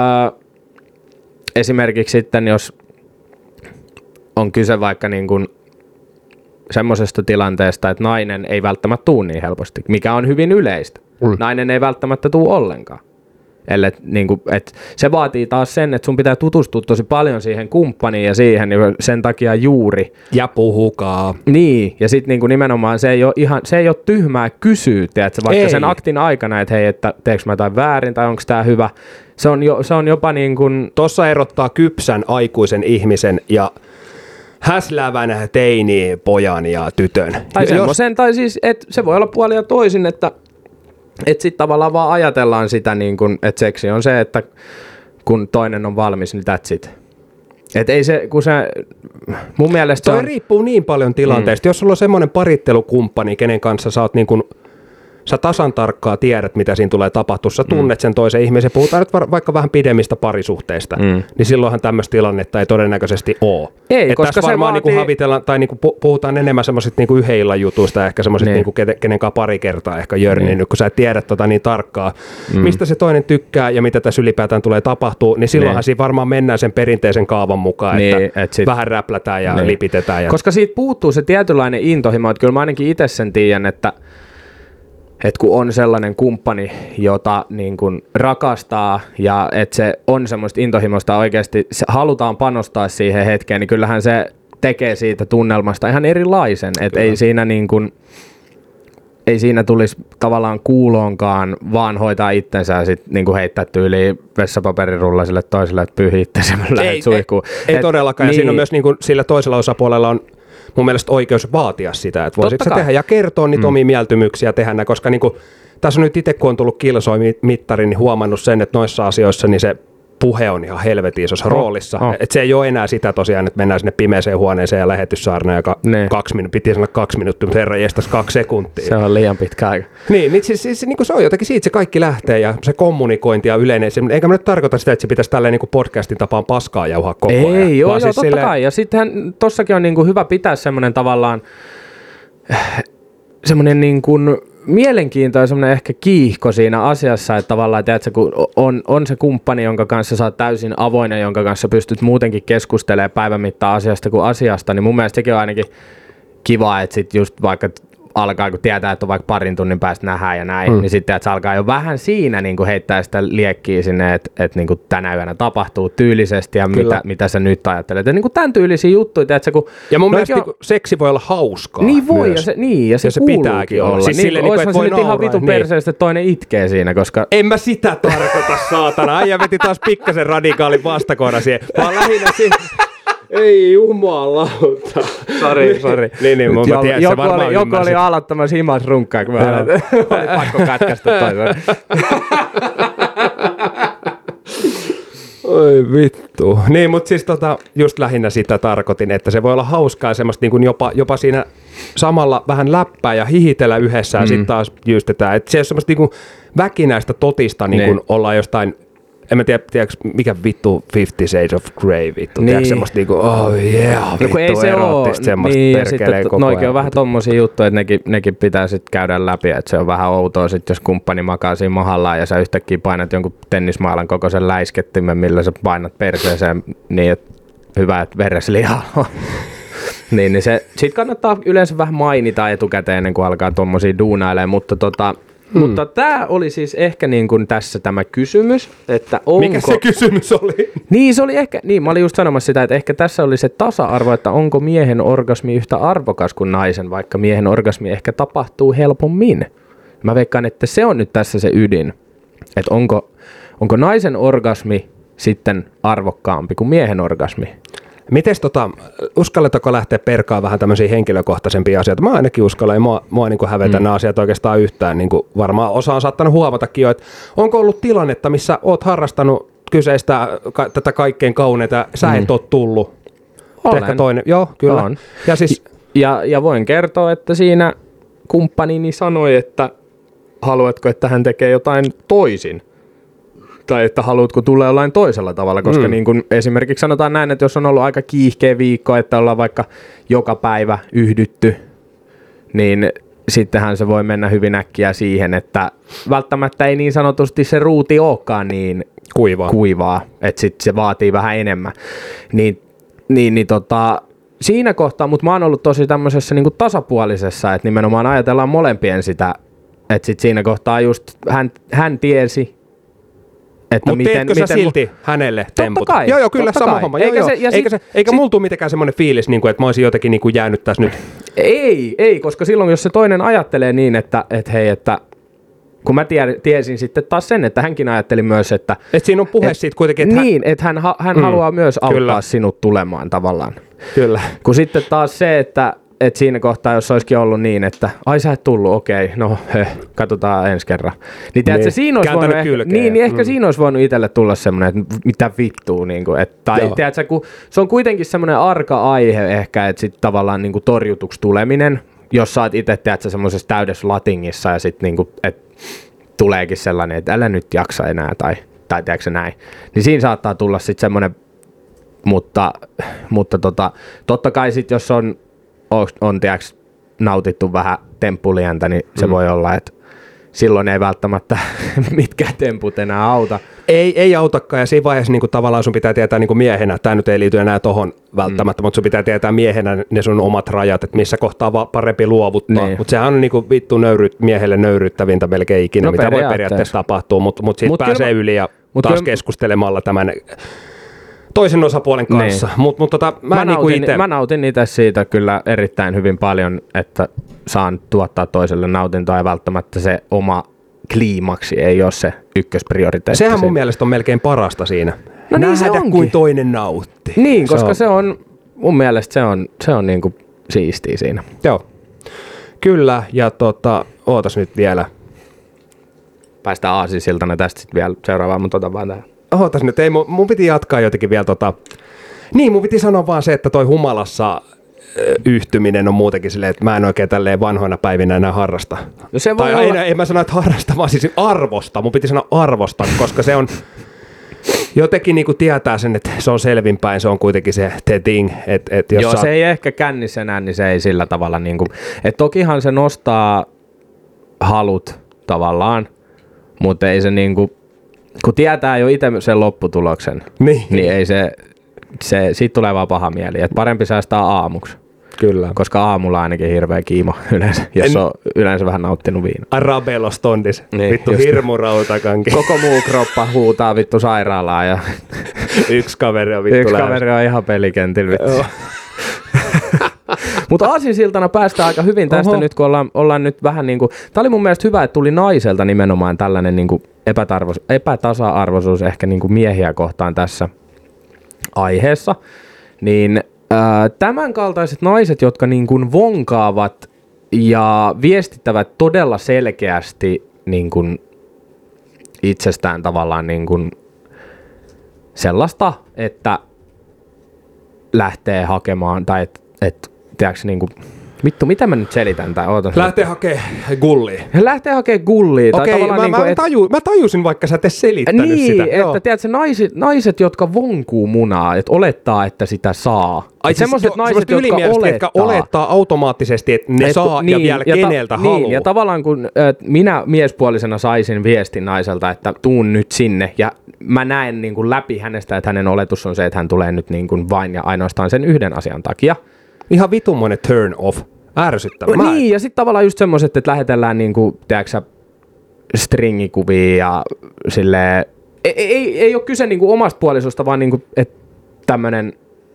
Speaker 3: esimerkiksi sitten, jos on kyse vaikka niin kuin semmoisesta tilanteesta, että nainen ei välttämättä tuu niin helposti, mikä on hyvin yleistä. Nainen ei välttämättä tuu ollenkaan. Eli niin kuin, että se vaatii taas sen, että sun pitää tutustua tosi paljon siihen kumppaniin ja siihen, niin sen takia juuri.
Speaker 2: Ja puhukaa.
Speaker 3: Niin, ja sitten niin kuin nimenomaan se ei ole tyhmää kysyä, tiedätkö, vaikka sen aktin aikana, että hei, että teekö mä jotain väärin tai onko tää hyvä. Se on jopa niin kuin...
Speaker 2: Tossa erottaa kypsän aikuisen ihmisen ja häsläävän teini pojan ja tytön.
Speaker 3: Tai semmoisen, tai siis, että se voi olla puoli ja toisin, että sitten tavallaan vaan ajatellaan sitä, niin kun, että seksi on se, että kun toinen on valmis, niin that's it. Et ei se, kun se, mun mielestä
Speaker 2: se riippuu niin paljon tilanteesta. Jos sulla on semmoinen parittelukumppani, kenen kanssa sä oot niin kuin, sä tasan tarkkaa tiedät, mitä siinä tulee tapahtua, sä tunnet sen toisen ihmisen, puhutaan nyt vaikka vähän pidemmistä parisuhteista, niin silloinhan tämmöistä tilannetta ei todennäköisesti ole.
Speaker 3: Ei, koska
Speaker 2: tässä varmaan
Speaker 3: vaatii...
Speaker 2: niinku havitellaan, tai niinku puhutaan enemmän semmoisista niinku yhden illan jutuista, ehkä semmoisista, niinku, kenen kanssa pari kertaa ehkä jörninyt, kun sä et tiedä niin tarkkaa, mistä se toinen tykkää ja mitä tässä ylipäätään tulee tapahtua, niin silloinhan siinä varmaan mennään sen perinteisen kaavan mukaan, että vähän räplätään ja lipitetään. Ja...
Speaker 3: Koska siitä puuttuu se tietynlainen intohimo, että kyllä mä ainakin itse sen tiedän, että kun on sellainen kumppani, jota niin kuin rakastaa ja että se on semmoista intohimosta oikeasti, halutaan panostaa siihen hetkeen, niin kyllähän se tekee siitä tunnelmasta ihan erilaisen. Että ei siinä niin kuin, ei siinä tulisi tavallaan kuuloonkaan vaan hoitaa itsensä ja sitten niin kuin heittää tyyliin vessapaperirulla sille toiselle, että pyyhi itsensä suihkuun.
Speaker 2: Ei todellakaan. Niin. Ja siinä on myös niin kuin, sillä toisella osapuolella on mun mielestä oikeus vaatia sitä, että voisitko se tehdä ja kertoa niitä omia mieltymyksiä tehdä, koska niin kuin, tässä on nyt itse, kun on tullut kilsoimittari, niin huomannut sen, että noissa asioissa niin se puhe on ihan helvetin isossa roolissa. Että se ei ole enää sitä tosiaan, että mennään sinne pimeeseen huoneeseen ja lähetyssaarnaan, joka 2 minuuttia, piti sanoa 2 minuuttia, mutta herra jestas 2 sekuntia.
Speaker 3: Se on liian pitkä aika.
Speaker 2: Niin siis niin se on jotenkin siitä, se kaikki lähtee ja se kommunikointi ja yleinen, eikä mä nyt tarkoita sitä, että se pitäisi tälleen niin kuin podcastin tapaan paskaa jauhaa koko ajan.
Speaker 3: Ei, joo, siis totta kai. Ja sittenhän tossakin on niin kuin hyvä pitää semmoinen tavallaan semmoinen niin kuin mielenkiintoinen semmoinen ehkä kiihko siinä asiassa, että tavallaan tiedätkö, kun on se kumppani, jonka kanssa sä oot täysin avoinen, jonka kanssa pystyt muutenkin keskustelemaan päivän mittaan asiasta kuin asiasta, niin mun mielestä sekin on ainakin kiva, että sit just vaikka alkaa, kun tietää, että on vaikka parin tunnin päästä nähdään ja näin, niin sitten että se alkaa jo vähän siinä niin kuin heittää sitä liekkiä sinne, että niin kuin tänä yönä tapahtuu tyylisesti ja mitä sä nyt ajattelet. Ja niin kuin tämän tyylisiä juttuja, tiedätkö, kun...
Speaker 2: Ja mun mielestä niin seksi voi olla hauskaa.
Speaker 3: Niin voi, ja se
Speaker 2: pitääkin olla.
Speaker 3: Siis
Speaker 2: silleen,
Speaker 3: niin, olisihan se nyt ihan vitun perseestä, että toinen itkee siinä, koska...
Speaker 2: En mä sitä tarkoita, saatana. Äijä veti taas pikkasen radikaalin vastakohdan siihen. Vaan lähinnä siihen... Ei jumalauta.
Speaker 3: Sori.
Speaker 2: Niin, mun mä tiedän, se varmaan
Speaker 3: joku oli aloittamassa himas runkkaa, kun mä oli pakko katkaista toisen.
Speaker 2: Oi vittu. Niin, mutta siis just lähinnä sitä tarkoitin, että se voi olla hauskaa semmoista niin kuin jopa siinä samalla vähän läppää ja hihitellä yhdessä ja sitten taas jyystetään. Että se on semmoista niin kuin väkinäistä totista niin kuin ollaan jostain... En mä tiedä, mikä vittu 50 Shades of Grey vittu. Niin. Tiedätkö semmoista niinku, oh yeah, vittu
Speaker 3: ei se
Speaker 2: erottista semmoista
Speaker 3: niin,
Speaker 2: perkeleen koko ajan.
Speaker 3: Noikin on vähän tommosia juttuja, että nekin pitää sitten käydä läpi, että se on vähän outoa sit, jos kumppani makaa siinä mahallaan ja sä yhtäkkiä painat jonkun tennismaalan kokoisen läiskettimen, millä sä painat perseeseen niin, että hyvä, että vereslihaa on. niin se sit kannattaa yleensä vähän mainita etukäteen ennen kuin alkaa tommosia duunailemaan, mutta tämä oli siis ehkä niin kuin tässä tämä kysymys, että onko...
Speaker 2: Mikä se kysymys oli?
Speaker 3: Niin, se oli ehkä... Niin, mä olin just sanomassa sitä, että ehkä tässä oli se tasa-arvo, että onko miehen orgasmi yhtä arvokas kuin naisen, vaikka miehen orgasmi ehkä tapahtuu helpommin. Mä veikkaan, että se on nyt tässä se ydin. Että onko naisen orgasmi sitten arvokkaampi kuin miehen orgasmi?
Speaker 2: Mites uskalletako lähteä perkaan vähän tämmöisiä henkilökohtaisempia asioita? Mä ainakin uskallan, ja mua niin kuin hävetä nämä asiat oikeastaan yhtään. Niin kuin varmaan osa on saattanut huomatakin jo, että onko ollut tilannetta, missä oot harrastanut kyseistä tätä kaikkein kauneinta, sä et ole tullut.
Speaker 3: Olen.
Speaker 2: Ehkä toinen, joo, kyllä.
Speaker 3: On.
Speaker 2: Ja, siis,
Speaker 3: ja voin kertoa, että siinä kumppanini sanoi, että haluatko, että hän tekee jotain toisin. Tai että haluatko tulla jollain toisella tavalla, koska niin kuin esimerkiksi sanotaan näin, että jos on ollut aika kiihkeä viikko, että ollaan vaikka joka päivä yhdytty, niin sittenhän se voi mennä hyvin äkkiä siihen, että välttämättä ei niin sanotusti se ruuti olekaan niin kuivaa, että sitten se vaatii vähän enemmän. Siinä kohtaa, mutta mä oon ollut tosi tämmöisessä niin kuin tasapuolisessa, että nimenomaan ajatellaan molempien sitä, että sitten siinä kohtaa just hän tiesi,
Speaker 2: mutta teetkö sä silti hänelle temput?
Speaker 3: Totta kai.
Speaker 2: Joo, kyllä sama homma. Eikä mulla tule mitenkään semmoinen fiilis, että mä olisin jotenkin jäänyt tässä nyt.
Speaker 3: Ei, koska silloin jos se toinen ajattelee niin, että hei, että kun mä tiesin sitten taas sen, että hänkin ajatteli myös, että...
Speaker 2: Että siinä on puhe siitä kuitenkin, että...
Speaker 3: Niin, että hän haluaa myös auttaa sinut tulemaan tavallaan.
Speaker 2: Kyllä.
Speaker 3: Kun sitten taas se, että siinä kohtaa, jos olisikin ollut niin, että ai sä et tullut, okei, no katsotaan ensi kerran. Niin tiedätkö, siinä olisi voinut, ehkä siinä olisi voinut itselle tulla semmoinen, että mitä vittua, niin kuin, tai tiedätkö, kun se on kuitenkin semmoinen arka aihe ehkä, että sitten tavallaan niin kuin torjutuksi tuleminen, jos sä oot itse, tiedätkö, semmoisessa täydessä latingissa ja sitten niin kuin, että tuleekin sellainen, että älä nyt jaksa enää tai tiedätkö näin, niin siinä saattaa tulla sitten semmoinen, mutta totta kai sitten jos on tiedätkö, nautittu vähän temppulientä, niin se voi olla, että silloin ei välttämättä mitkään temput enää auta.
Speaker 2: Ei autakaan, ja siinä vaiheessa niin kuin tavallaan sun pitää tietää niin kuin miehenä, tämä nyt ei liity enää tohon välttämättä, mutta sun pitää tietää miehenä ne sun omat rajat, että missä kohtaa parempi luovuttaa. Niin. Mutta sehän on niin kuin vittu miehelle nöyryyttävintä melkein ikinä, mitä voi periaatteessa tapahtua, mutta siitä pääsee yli ja taas keskustelemalla tämän toisen osapuolen kanssa.
Speaker 3: Niin mä nautin itse siitä kyllä erittäin hyvin paljon, että saan tuottaa toiselle nautintoa ja välttämättä se oma kliimaksi ei ole se ykkösprioriteetti.
Speaker 2: Sehän mun mielestä on melkein parasta siinä.
Speaker 3: No niin se onkin.
Speaker 2: Kuin toinen nautti.
Speaker 3: Niin, koska se on mun mielestä se on niinku siistiä siinä.
Speaker 2: Joo. Kyllä, ja ootas nyt vielä.
Speaker 3: Päästään aasinsiltana tästä sitten vielä seuraavaan, mutta otan vaan tähän.
Speaker 2: Ootas nyt, ei mun piti jatkaa jotenkin vielä Niin, mun piti sanoa vaan se, että toi humalassa yhtyminen on muutenkin silleen, että mä en oikein tälleen vanhoina päivinä enää harrasta.
Speaker 3: No se voi olla...
Speaker 2: ei mä sano, että harrasta, vaan siis arvosta. Mun piti sanoa arvosta, koska se on jotenkin niin kuin tietää sen, että se on selvinpäin, se on kuitenkin se the thing.
Speaker 3: Joo, se ei ehkä kännissä enää, niin se ei sillä tavalla niin kuin, että tokihan se nostaa halut tavallaan, mutta ei se niin kuin, kun tietää jo itse sen lopputuloksen, niin ei siitä tulee vaan paha mieli, että parempi säästää aamuksi.
Speaker 2: Kyllä.
Speaker 3: Koska aamulla ainakin hirveä kiimo yleensä, jos on yleensä vähän nauttinut viinaa.
Speaker 2: Arabelos tondis, niin, vittu hirmurautakanki.
Speaker 3: Koko muu kroppa huutaa vittu sairaalaan ja
Speaker 2: yksi kaveri on vittu
Speaker 3: kaveri on ihan pelikentillä vittu. Mutta aasinsiltana päästään aika hyvin tästä nyt, kun ollaan nyt vähän niin kuin... Tämä oli mun mielestä hyvä, että tuli naiselta nimenomaan tällainen niin kuin epätasa-arvoisuus ehkä niin kuin miehiä kohtaan tässä aiheessa. Niin tämän kaltaiset naiset, jotka niin kuin vonkaavat ja viestittävät todella selkeästi niin kuin itsestään tavallaan niin kuin sellaista, että lähtee hakemaan tai tiedätkö niinku vittu, mitä mä nyt selitän tai ootan.
Speaker 2: Lähtee hakee gullia.
Speaker 3: Okei,
Speaker 2: mä tajusin, vaikka sä et selittänyt
Speaker 3: niin,
Speaker 2: sitä.
Speaker 3: Niin, että tiedätkö, naiset, jotka vonkuu munaa, että olettaa, että sitä saa.
Speaker 2: Ai semmoiset naiset, jotka olettaa automaattisesti, että ne saa ja vielä keneltä haluaa.
Speaker 3: Niin, ja tavallaan kun minä miespuolisena saisin viestin naiselta, että tuun nyt sinne, ja mä näen niin kuin läpi hänestä, että hänen oletus on se, että hän tulee nyt niin kuin vain ja ainoastaan sen yhden asian takia.
Speaker 2: Ihan vitummoinen turn off. Ärsyttävä.
Speaker 3: Niin, ja sitten tavallaan just semmoiset, että lähetellään niinku, tiedätkö stringikuvia ja silleen, ei ole kyse niinku omasta puolisuudesta, vaan niinku, että tämmönen...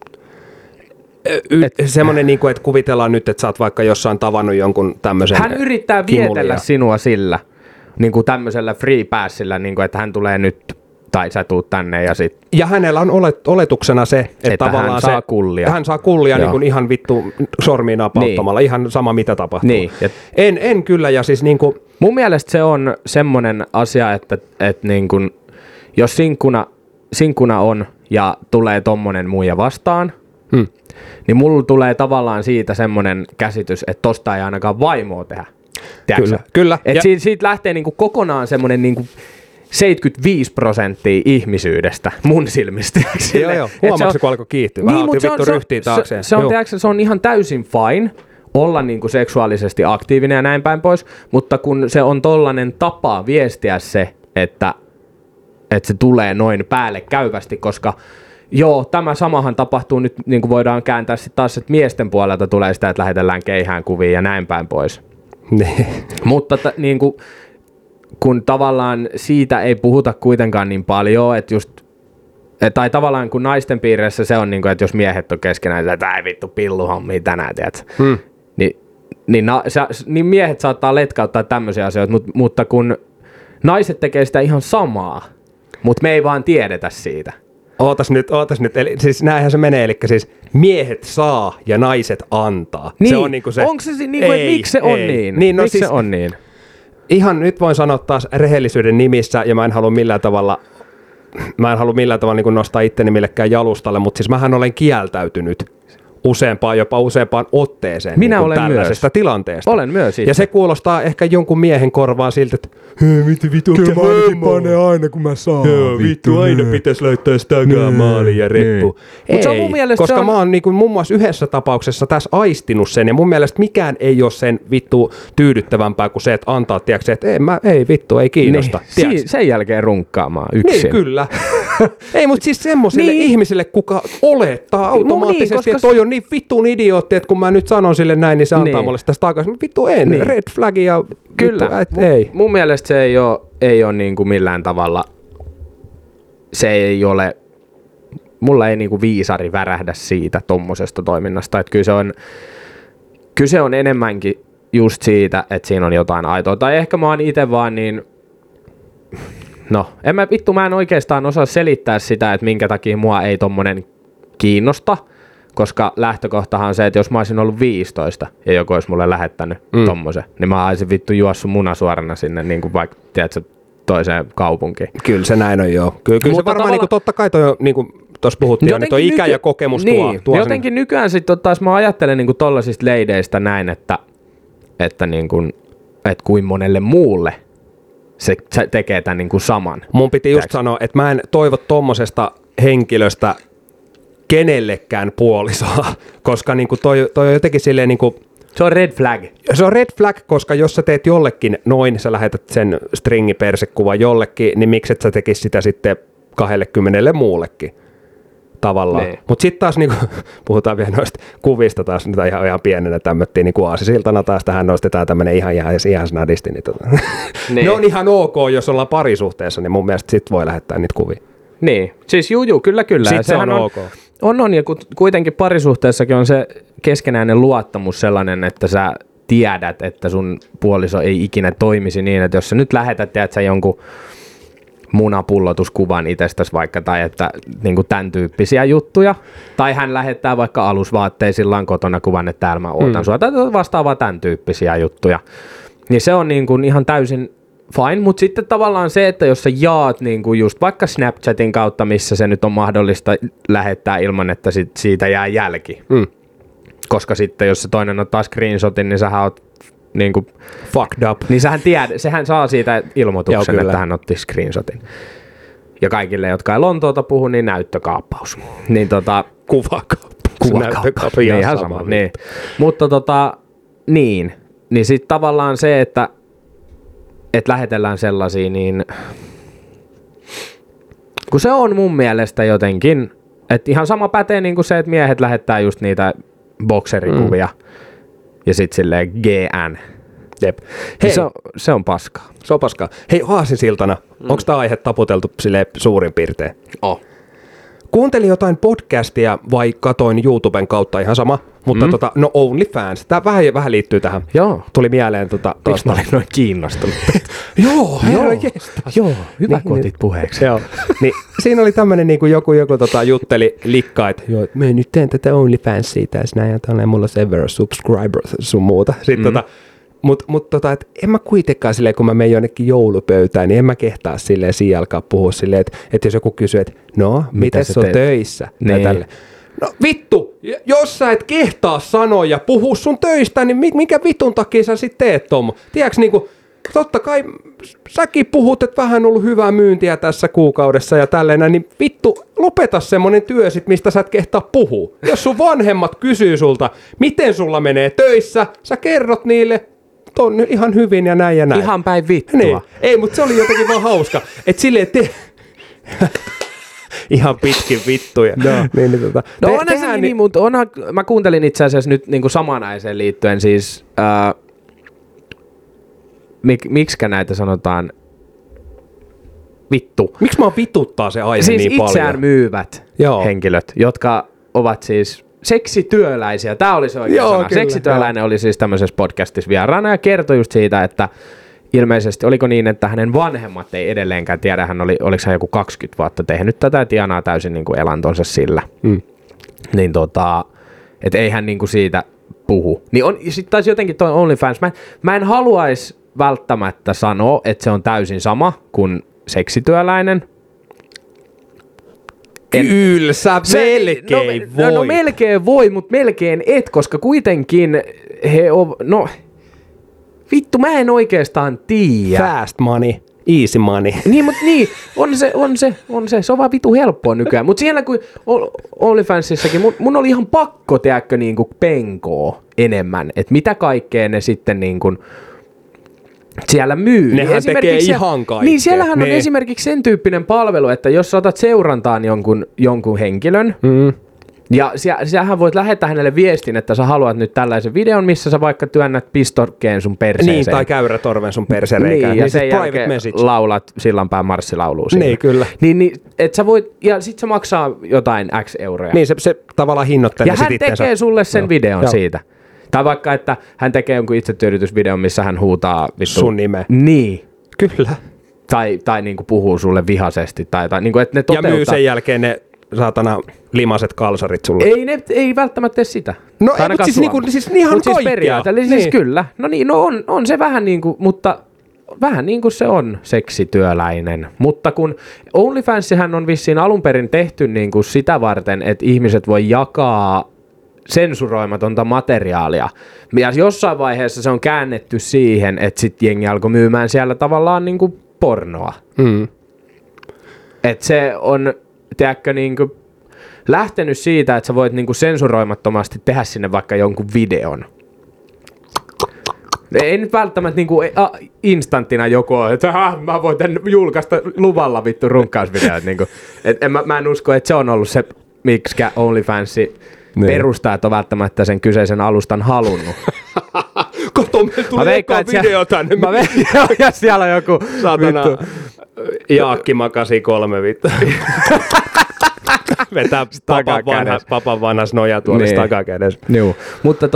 Speaker 2: Semmoinen, niinku, että kuvitellaan nyt, että sä oot vaikka jossain tavannut jonkun tämmöisen...
Speaker 3: Hän yrittää vietellä sinua sillä, niinku tämmöisellä free passilla, niinku, että hän tulee nyt... Tai sä tuut tänne ja sit...
Speaker 2: Ja hänellä on oletuksena se, että tavallaan
Speaker 3: hän saa kullia.
Speaker 2: Hän saa kullia niin kuin ihan vittu sormiin napauttamalla, niin. Ihan sama mitä tapahtuu.
Speaker 3: Niin.
Speaker 2: En kyllä, ja siis niin kuin...
Speaker 3: Mun mielestä se on semmoinen asia, että niin kuin, jos sinkkuna on ja tulee tommonen muija vastaan, niin mulla tulee tavallaan siitä semmoinen käsitys, että tosta ei ainakaan vaimoa tehdä.
Speaker 2: Kyllä.
Speaker 3: Että siitä lähtee niin kuin kokonaan semmoinen... Niin kuin 75% ihmisyydestä mun silmistä.
Speaker 2: Joo. Huomaatko, kun alkoi kiihtyä? Vähän oltiin vittu ryhtiin taakseen.
Speaker 3: Se on ihan täysin fine olla niinku seksuaalisesti aktiivinen ja näin päin pois, mutta kun se on tollainen tapa viestiä se, että se tulee noin päälle käyvästi, koska joo, tämä samahan tapahtuu nyt, niin kuin voidaan kääntää sitten taas, että miesten puolelta tulee sitä, että lähetellään keihään kuvia ja näin päin pois. Mutta niin kuin kun tavallaan siitä ei puhuta kuitenkaan niin paljon, että just, tai tavallaan kun naisten piirissä se on niin kuin, että jos miehet on keskenään, että ei vittu pilluhommia tänään, tiedätkö? Niin miehet saattaa letkauttaa tämmöisiä asioita, mutta kun naiset tekee sitä ihan samaa, mutta me ei vaan tiedetä siitä.
Speaker 2: Ootas nyt. Eli siis näinhän se menee, eli siis miehet saa ja naiset antaa.
Speaker 3: Niin,
Speaker 2: se on niinku se.
Speaker 3: Onko se niinku, että miksi se on niin?
Speaker 2: No
Speaker 3: miksi
Speaker 2: siis,
Speaker 3: se on niin?
Speaker 2: Ihan nyt voin sanoa taas rehellisyyden nimissä, ja mä en halua millään tavalla niin kuin nostaa itteni millekään jalustalle, mutta siis mähän olen kieltäytynyt jopa useampaan otteeseen
Speaker 3: Minä
Speaker 2: niin
Speaker 3: olen
Speaker 2: tällaisesta
Speaker 3: myös.
Speaker 2: tilanteesta.
Speaker 3: Olen myös itse.
Speaker 2: Ja se kuulostaa ehkä jonkun miehen korvaan siltä, että mitä vittu,
Speaker 3: kyllä mä pane aina kun mä saan.
Speaker 2: Joo, vittu, aina pitäisi laittaa stagaa maaliin ja reppu.
Speaker 3: Mut se on mun mielestä
Speaker 2: koska
Speaker 3: se on...
Speaker 2: mä oon niinku muun muassa yhdessä tapauksessa tässä aistinut sen, ja mun mielestä mikään ei ole sen vittu tyydyttävämpää kuin se, että antaa, tiedätkö, että ei vittu, ei kiinnosta.
Speaker 3: Niin, sen jälkeen runkkaamaan yksin.
Speaker 2: Niin, kyllä. Ei, mutta siis semmoisille ihmisille, kuka olettaa automaattisesti, että toi on niin vittuun idiootti, että kun mä nyt sanon sille näin, niin se antaa mulle sitä takaisin. Vittu en, red flag ja
Speaker 3: kyllä.
Speaker 2: Vittu, ei.
Speaker 3: Mun mielestä se ei ole niin kuin millään tavalla, se ei ole, mulla ei niin kuin viisari värähdä siitä tommosesta toiminnasta, että kyse on enemmänkin just siitä, että siinä on jotain aitoa, tai ehkä mä oon itse vaan niin, no mä en oikeastaan osaa selittää sitä, että minkä takia mua ei tommonen kiinnosta, koska lähtökohtahan on se, että jos mä olisin ollut 15 ja joku olisi mulle lähettänyt tommosen, niin mä olisin vittu juossut munasuorana sinne niin kuin vaikka, tiedätkö, toiseen kaupunkiin.
Speaker 2: Kyllä se näin on, joo. Kyllä se varmaan niin totta kai toi, niin kuin tuossa puhuttiin, niin toi ikä ja kokemus tuo
Speaker 3: jotenkin sen. Nykyään sitten taas mä ajattelen niin kuin tollasista leideistä näin, että niin kuin, että kuin monelle muulle se tekee tämän niin kuin saman.
Speaker 2: Mun piti just sanoa, että mä en toivo tommosesta henkilöstä kenellekään puolisoa, koska niinku toi on jotenkin silleen niinku...
Speaker 3: Se on red flag.
Speaker 2: Se on red flag, koska jos sä teet jollekin noin, sä lähetät sen stringipersekuvan jollekin, niin mikset sä tekis sitä sitten 20 muullekin tavallaan. Niin. Mutta sitten taas niinku, puhutaan vielä noista kuvista taas, nyt ihan pienenä tämmöttiin niinku aasisiltana taas tähän nostetaan tämmönen ihan snadisti. Niin. Ne on ihan ok, jos ollaan parisuhteessa, niin mun mielestä sit voi lähettää niitä kuvia.
Speaker 3: Niin, siis kyllä.
Speaker 2: Sitten se on ok.
Speaker 3: On, ja kuitenkin parisuhteessakin on se keskenäinen luottamus sellainen, että sä tiedät, että sun puoliso ei ikinä toimisi niin, että jos sä nyt lähetät, tiedät sä jonkun munapullotuskuvan itsestäsi vaikka, tai että niin kuin tämän tyyppisiä juttuja, tai hän lähettää vaikka alusvaatteisillaan kotona kuvan, että täällä mä ootan sua, tai vastaavaa tämän tyyppisiä juttuja, niin se on niin kuin ihan täysin fine, mutta sitten tavallaan se, että jos sä jaat niin kuin just vaikka Snapchatin kautta, missä se nyt on mahdollista lähettää ilman, että siitä jää jälki. Koska sitten jos se toinen ottaa screenshotin, niin sähän oot niin kuin
Speaker 2: fucked up.
Speaker 3: Niin sehän saa siitä ilmoituksen, että hän otti screenshotin. Ja kaikille, jotka ei Lontoota puhu, niin näyttökaappaus. Niin
Speaker 2: Kuvakaappaus.
Speaker 3: Näyttökaappaus. Niin ihan sama. Niin. Mutta niin sitten tavallaan se, että lähetellään sellaisia, niin kun se on mun mielestä jotenkin, että ihan sama pätee niin kuin se, että miehet lähettää just niitä bokserikuvia ja sit silleen GN.
Speaker 2: Jep.
Speaker 3: Hei, se on paskaa.
Speaker 2: Se on paskaa. Hei, aasinsiltana, onko tämä aihe taputeltu silleen suurin piirtein? Kuuntelin jotain podcastia vai katoin YouTuben kautta, ihan sama, mutta no OnlyFans, tämä vähän liittyy tähän.
Speaker 3: Joo.
Speaker 2: Tuli mieleen
Speaker 3: Miksi mä olin noin kiinnostunut?
Speaker 2: Joo, herra jestas.
Speaker 3: Joo, hyvä kun otit puheeksi.
Speaker 2: Joo, niin siinä oli tämmönen niinku joku jutteli likkaa, että joo, mä nyt teen tätä OnlyFansia tässä näin, ja tälleen mulla sen verran subscribers sun muuta. Sitten Mutta et en mä kuitenkaan silleen, kun mä menen jonnekin joulupöytään, niin en mä kehtaa silleen siinä alkaa puhua silleen, että jos joku kysyy, että no, miten se on töissä?
Speaker 3: Niin.
Speaker 2: Tälle. No vittu, jos sä et kehtaa sanoa ja puhu sun töistä, niin minkä vitun takia sä sit teet tommo? Tiedätkö niinku, totta kai säkin puhut, että vähän ollut hyvää myyntiä tässä kuukaudessa ja tälleen, niin vittu, lopeta semmonen työ sit, mistä sä et kehtaa puhua. Jos sun vanhemmat kysyy sulta, miten sulla menee töissä, sä kerrot niille, on ihan hyvin ja näin ja näin.
Speaker 3: Ihan päin vittua.
Speaker 2: Niin. Ei, mutta se oli jotenkin vaan hauska. Että silleen ihan pitkin vittuja.
Speaker 3: Mutta mä kuuntelin itse asiassa nyt niinku samanaiseen liittyen siis, miksikä näitä sanotaan, vittu.
Speaker 2: Miksi mä vituttaa se aihe
Speaker 3: siis
Speaker 2: niin paljon?
Speaker 3: Siis itseään myyvät henkilöt, jotka ovat siis seksityöläisiä. Tämä oli se oikea sana.
Speaker 2: Kyllä,
Speaker 3: Seksityöläinen oli siis tämmöisessä podcastissa vieraana ja kertoi just siitä, että ilmeisesti, oliko niin, että hänen vanhemmat ei edelleenkään tiedä, oliko hän joku 20 vuotta tehnyt tätä ja tienaa täysin niin kuin elantonsa sillä. Niin että ei hän niin kuin siitä puhu. Niin sitten taas jotenkin toi OnlyFans, mä en haluaisi välttämättä sanoa, että se on täysin sama kuin seksityöläinen.
Speaker 2: Kyllä sä melkein voi.
Speaker 3: No melkein voi, mutta melkein et, koska kuitenkin vittu, mä en oikeastaan tiedä.
Speaker 2: Fast money, easy money.
Speaker 3: Niin, mutta on se. Se on vaan vitu helppoa nykyään. Mutta siellä kun OnlyFansissakin, mun oli ihan pakko, tiedäkö, niinku penkoo enemmän. Että mitä kaikkea ne sitten niinku siellä myy.
Speaker 2: Nehän tekee ihan kaikkea.
Speaker 3: Niin, siellähän on esimerkiksi sen tyyppinen palvelu, että jos sä otat seurantaan jonkun henkilön, ja sähän voit lähettää hänelle viestin, että sä haluat nyt tällaisen videon, missä sä vaikka työnnät pistokkeen sun perseeseen.
Speaker 2: Niin, tai käyrätorven sun persereikään.
Speaker 3: Niin, ja sen jälkeen laulat Sillanpään marssilaulua siinä.
Speaker 2: Niin, kyllä.
Speaker 3: Niin, et sä voit, ja sit se maksaa jotain X euroja.
Speaker 2: Niin, se tavallaan hinnoittelee
Speaker 3: ja
Speaker 2: sit
Speaker 3: hän
Speaker 2: itsensä.
Speaker 3: tekee sulle sen videon siitä. Tai vaikka, että hän tekee jonkun itsetyydytysvideon, missä hän huutaa vittu
Speaker 2: sun nimeä.
Speaker 3: Niin.
Speaker 2: Kyllä.
Speaker 3: Tai niinku puhuu sulle vihaisesti. Tai niinku, että ne toteuttaa.
Speaker 2: Ja myy sen jälkeen ne saatana limaset kalsarit sulle.
Speaker 3: Ei välttämättä tee sitä.
Speaker 2: No ei, mutta siis ihan
Speaker 3: mut
Speaker 2: kaikkea.
Speaker 3: Siis periaatteessa, siis kyllä. No niin, on se vähän niinku, mutta vähän niin kuin se on seksityöläinen. Mutta kun OnlyFansihän on vissiin alun perin tehty niinku sitä varten, että ihmiset voi jakaa sensuroimatonta materiaalia. Ja jossain vaiheessa se on käännetty siihen, että sitten jengi alkoi myymään siellä tavallaan niinku pornoa. Että se on, tiedätkö, niinku lähtenyt siitä, että sä voit niinku sensuroimattomasti tehdä sinne vaikka jonkun videon. Ei nyt välttämättä niinku instanttina joku ole, että mä voin julkaista luvalla vittu runkkausvideot. Niinku. Mä en usko, että se on ollut se, miksikä OnlyFansi perustajat on välttämättä sen kyseisen alustan halunnut.
Speaker 2: Kato, meillä tuli eka video tänne.
Speaker 3: Ja siellä on joku
Speaker 2: saatana Jaakki makasi 3 vittu. Vetää papan vanhas nojatuolissa takakädessä.
Speaker 3: Joo, mutta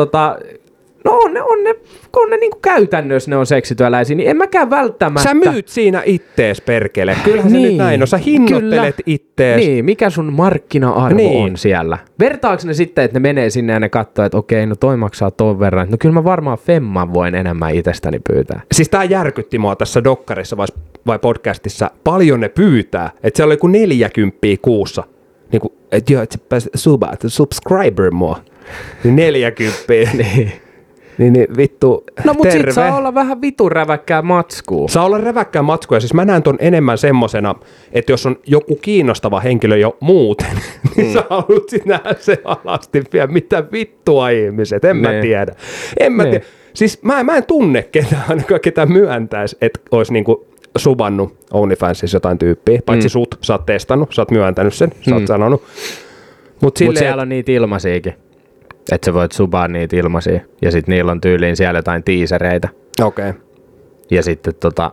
Speaker 3: on ne niinku käytännössä ne on seksityöläisiä, niin en mäkään välttämättä.
Speaker 2: Sä myyt siinä ittees, perkele. Kyllähän se nyt näin on. Sä hinnoittelet ittees.
Speaker 3: Niin, mikä sun markkina-arvo on siellä? Vertaaks ne sitten, että ne menee sinne ja ne katsoo, että okei, no toi maksaa ton verran. No kyllä mä varmaan femman voin enemmän itsestäni pyytää. Siis
Speaker 2: tää järkytti mua tässä dokkarissa vai podcastissa. Paljon ne pyytää. Että siellä oli joku 40 kuussa. Niinku, että joo, että subscriber mua. 40. Niin vittu,
Speaker 3: no mut sit saa olla vähän vitun räväkkää matskua.
Speaker 2: Saa olla räväkkää matskua, ja siis mä näen ton enemmän semmosena, että jos on joku kiinnostava henkilö jo muuten, niin sä haluat sit nähdä se alasti vielä, mitä vittua ihmiset, en mä tiedä. Siis mä en tunne ketään myöntäisi, että olisi niinku subannut OnlyFansissa jotain tyyppiä, paitsi sä oot testannut, sä oot myöntänyt sen, sä oot sanonut. Mut
Speaker 3: siellä on niitä ilmaisiakin. Että sä voit subaa niitä ilmaisia. Ja sit niillä on tyyliin siellä jotain tiisereitä.
Speaker 2: Okei.
Speaker 3: Ja sitten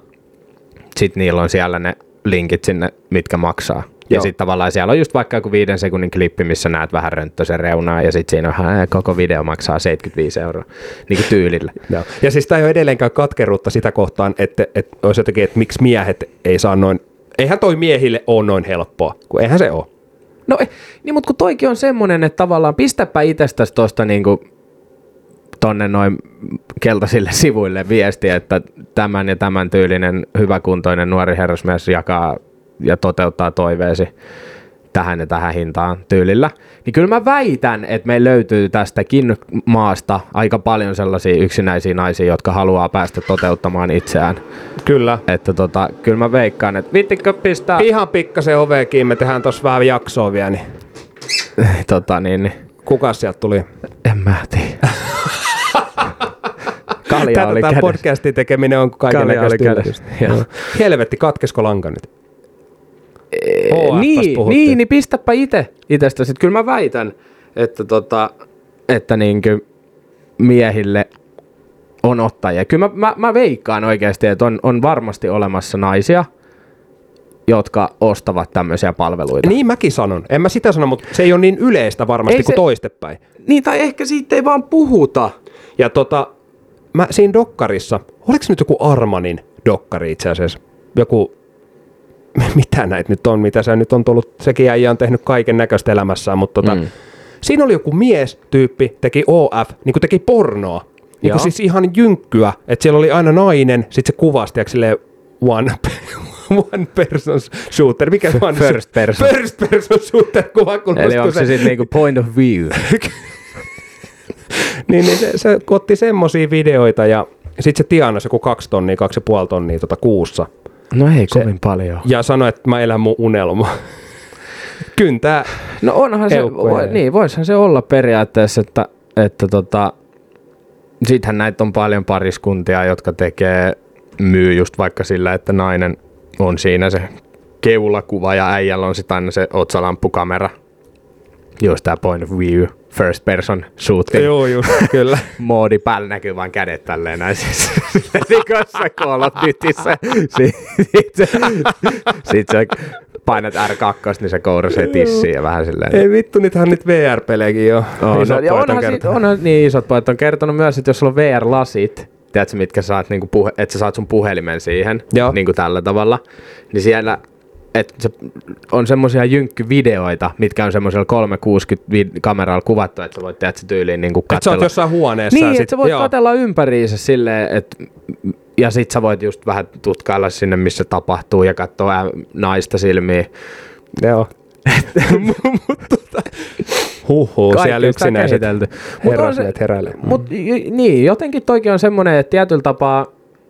Speaker 3: sit niillä on siellä ne linkit sinne, mitkä maksaa. Ja sit tavallaan siellä on just vaikka joku 5 sekunnin klippi, missä näet vähän rönttösen reunaa. Ja sit siinä on koko video maksaa 75 €. Niin kuin tyylillä.
Speaker 2: Joo. Ja siis tää ei ole edelleenkään katkeruutta sitä kohtaan, että olisi jotenkin, että miksi miehet ei saa noin. Eihän toi miehille ole noin helppoa, kun eihän se ole.
Speaker 3: No niin, mutta kun toikin on semmonen, että tavallaan pistäpä itsestäsi tosta niinku tonne noin keltaisille sivuille viestiä, että tämän ja tämän tyylinen hyväkuntoinen nuori herrasmies jakaa ja toteuttaa toiveesi tähän ja tähän hintaan tyylillä. Niin kyllä mä väitän, että meillä löytyy tästäkin maasta aika paljon sellaisia yksinäisiä naisia, jotka haluaa päästä toteuttamaan itseään.
Speaker 2: Kyllä.
Speaker 3: Että kyllä mä veikkaan, että vittikö pistää
Speaker 2: ihan pikkasen oveen me tehdään tossa vähän jaksoa vielä, niin.
Speaker 3: niin.
Speaker 2: Kukas sieltä tuli?
Speaker 3: En mä tiedä. Kalja oli kädessä.
Speaker 2: Podcastin tekeminen on kaikennäköistä. Helvetti, katkesko lanka nyt?
Speaker 3: Niin, pistäpä itsestä. Sitten kyllä mä väitän, että niinkö miehille on ottajia. Kyllä mä veikkaan oikeasti, että on varmasti olemassa naisia, jotka ostavat tämmöisiä palveluita.
Speaker 2: Niin mäkin sanon. En mä sitä sano, mutta se ei ole niin yleistä varmasti kuin toistepäin.
Speaker 3: Niin, tai ehkä siitä ei vaan puhuta.
Speaker 2: Ja mä siinä dokkarissa, oliko nyt joku Armanin dokkari itse asiassa. Joku, mitä näitä nyt on, mitä se nyt on tullut, sekin äijä on tehnyt kaiken näköistä elämässään, mutta siinä oli joku miestyyppi, teki OF, niin kuin teki pornoa. Niin kuin siis ihan jynkkyä, että siellä oli aina nainen, sit se kuvasti, ja silleen one person shooter. Mikä one?
Speaker 3: First person.
Speaker 2: First person shooter kuva.
Speaker 3: Eli onko se sitten niinku point of view?
Speaker 2: niin se otti semmosia videoita ja sit se tienasi joku 2 tonnia, 2,5 tonnia kuussa.
Speaker 3: No ei kovin paljon.
Speaker 2: Ja sanoi, että mä elän mun unelmaa. Kyntää.
Speaker 3: No onhan se, voisihan se olla periaatteessa, että sittenhän näitä on paljon pariskuntia, jotka myy just vaikka sillä, että nainen on siinä se keulakuva ja äijällä on sitten aina se otsalamppukamera. Just tää point of view, first person shooting.
Speaker 2: Joo, just, kyllä.
Speaker 3: Moodi päällä näkyy vaan kädet tälleen näin. Rikossa Call of Dutyssä. Sit sä painat R2, niin se kourasee tissiin ja vähän silleen.
Speaker 2: Ei vittu, nythän nyt VR-pelejäkin jo.
Speaker 3: Onhan niin isot pojat on kertonut myös, että jos sulla on VR-lasit, tiedätkö, mitkä saat, niinku että sä saat sun puhelimen siihen, niinku tällä tavalla, niin siellä että se on semmoisia jynkkyvideoita, mitkä on semmoisella 360 kameralla kuvattu, että sä voit tehdä se tyyliin niinku katsella.
Speaker 2: Että sä oot jossain huoneessa.
Speaker 3: Niin, että sä voit katsella ympäriinsä silleen, että ja sit sä voit just vähän tutkailla sinne, missä tapahtuu ja katsoa naista silmiin.
Speaker 2: Joo. Siellä yksinäiset herrasmiehet heräilee.
Speaker 3: Mut niin, jotenkin toikin on semmoinen, että tietyllä tapaa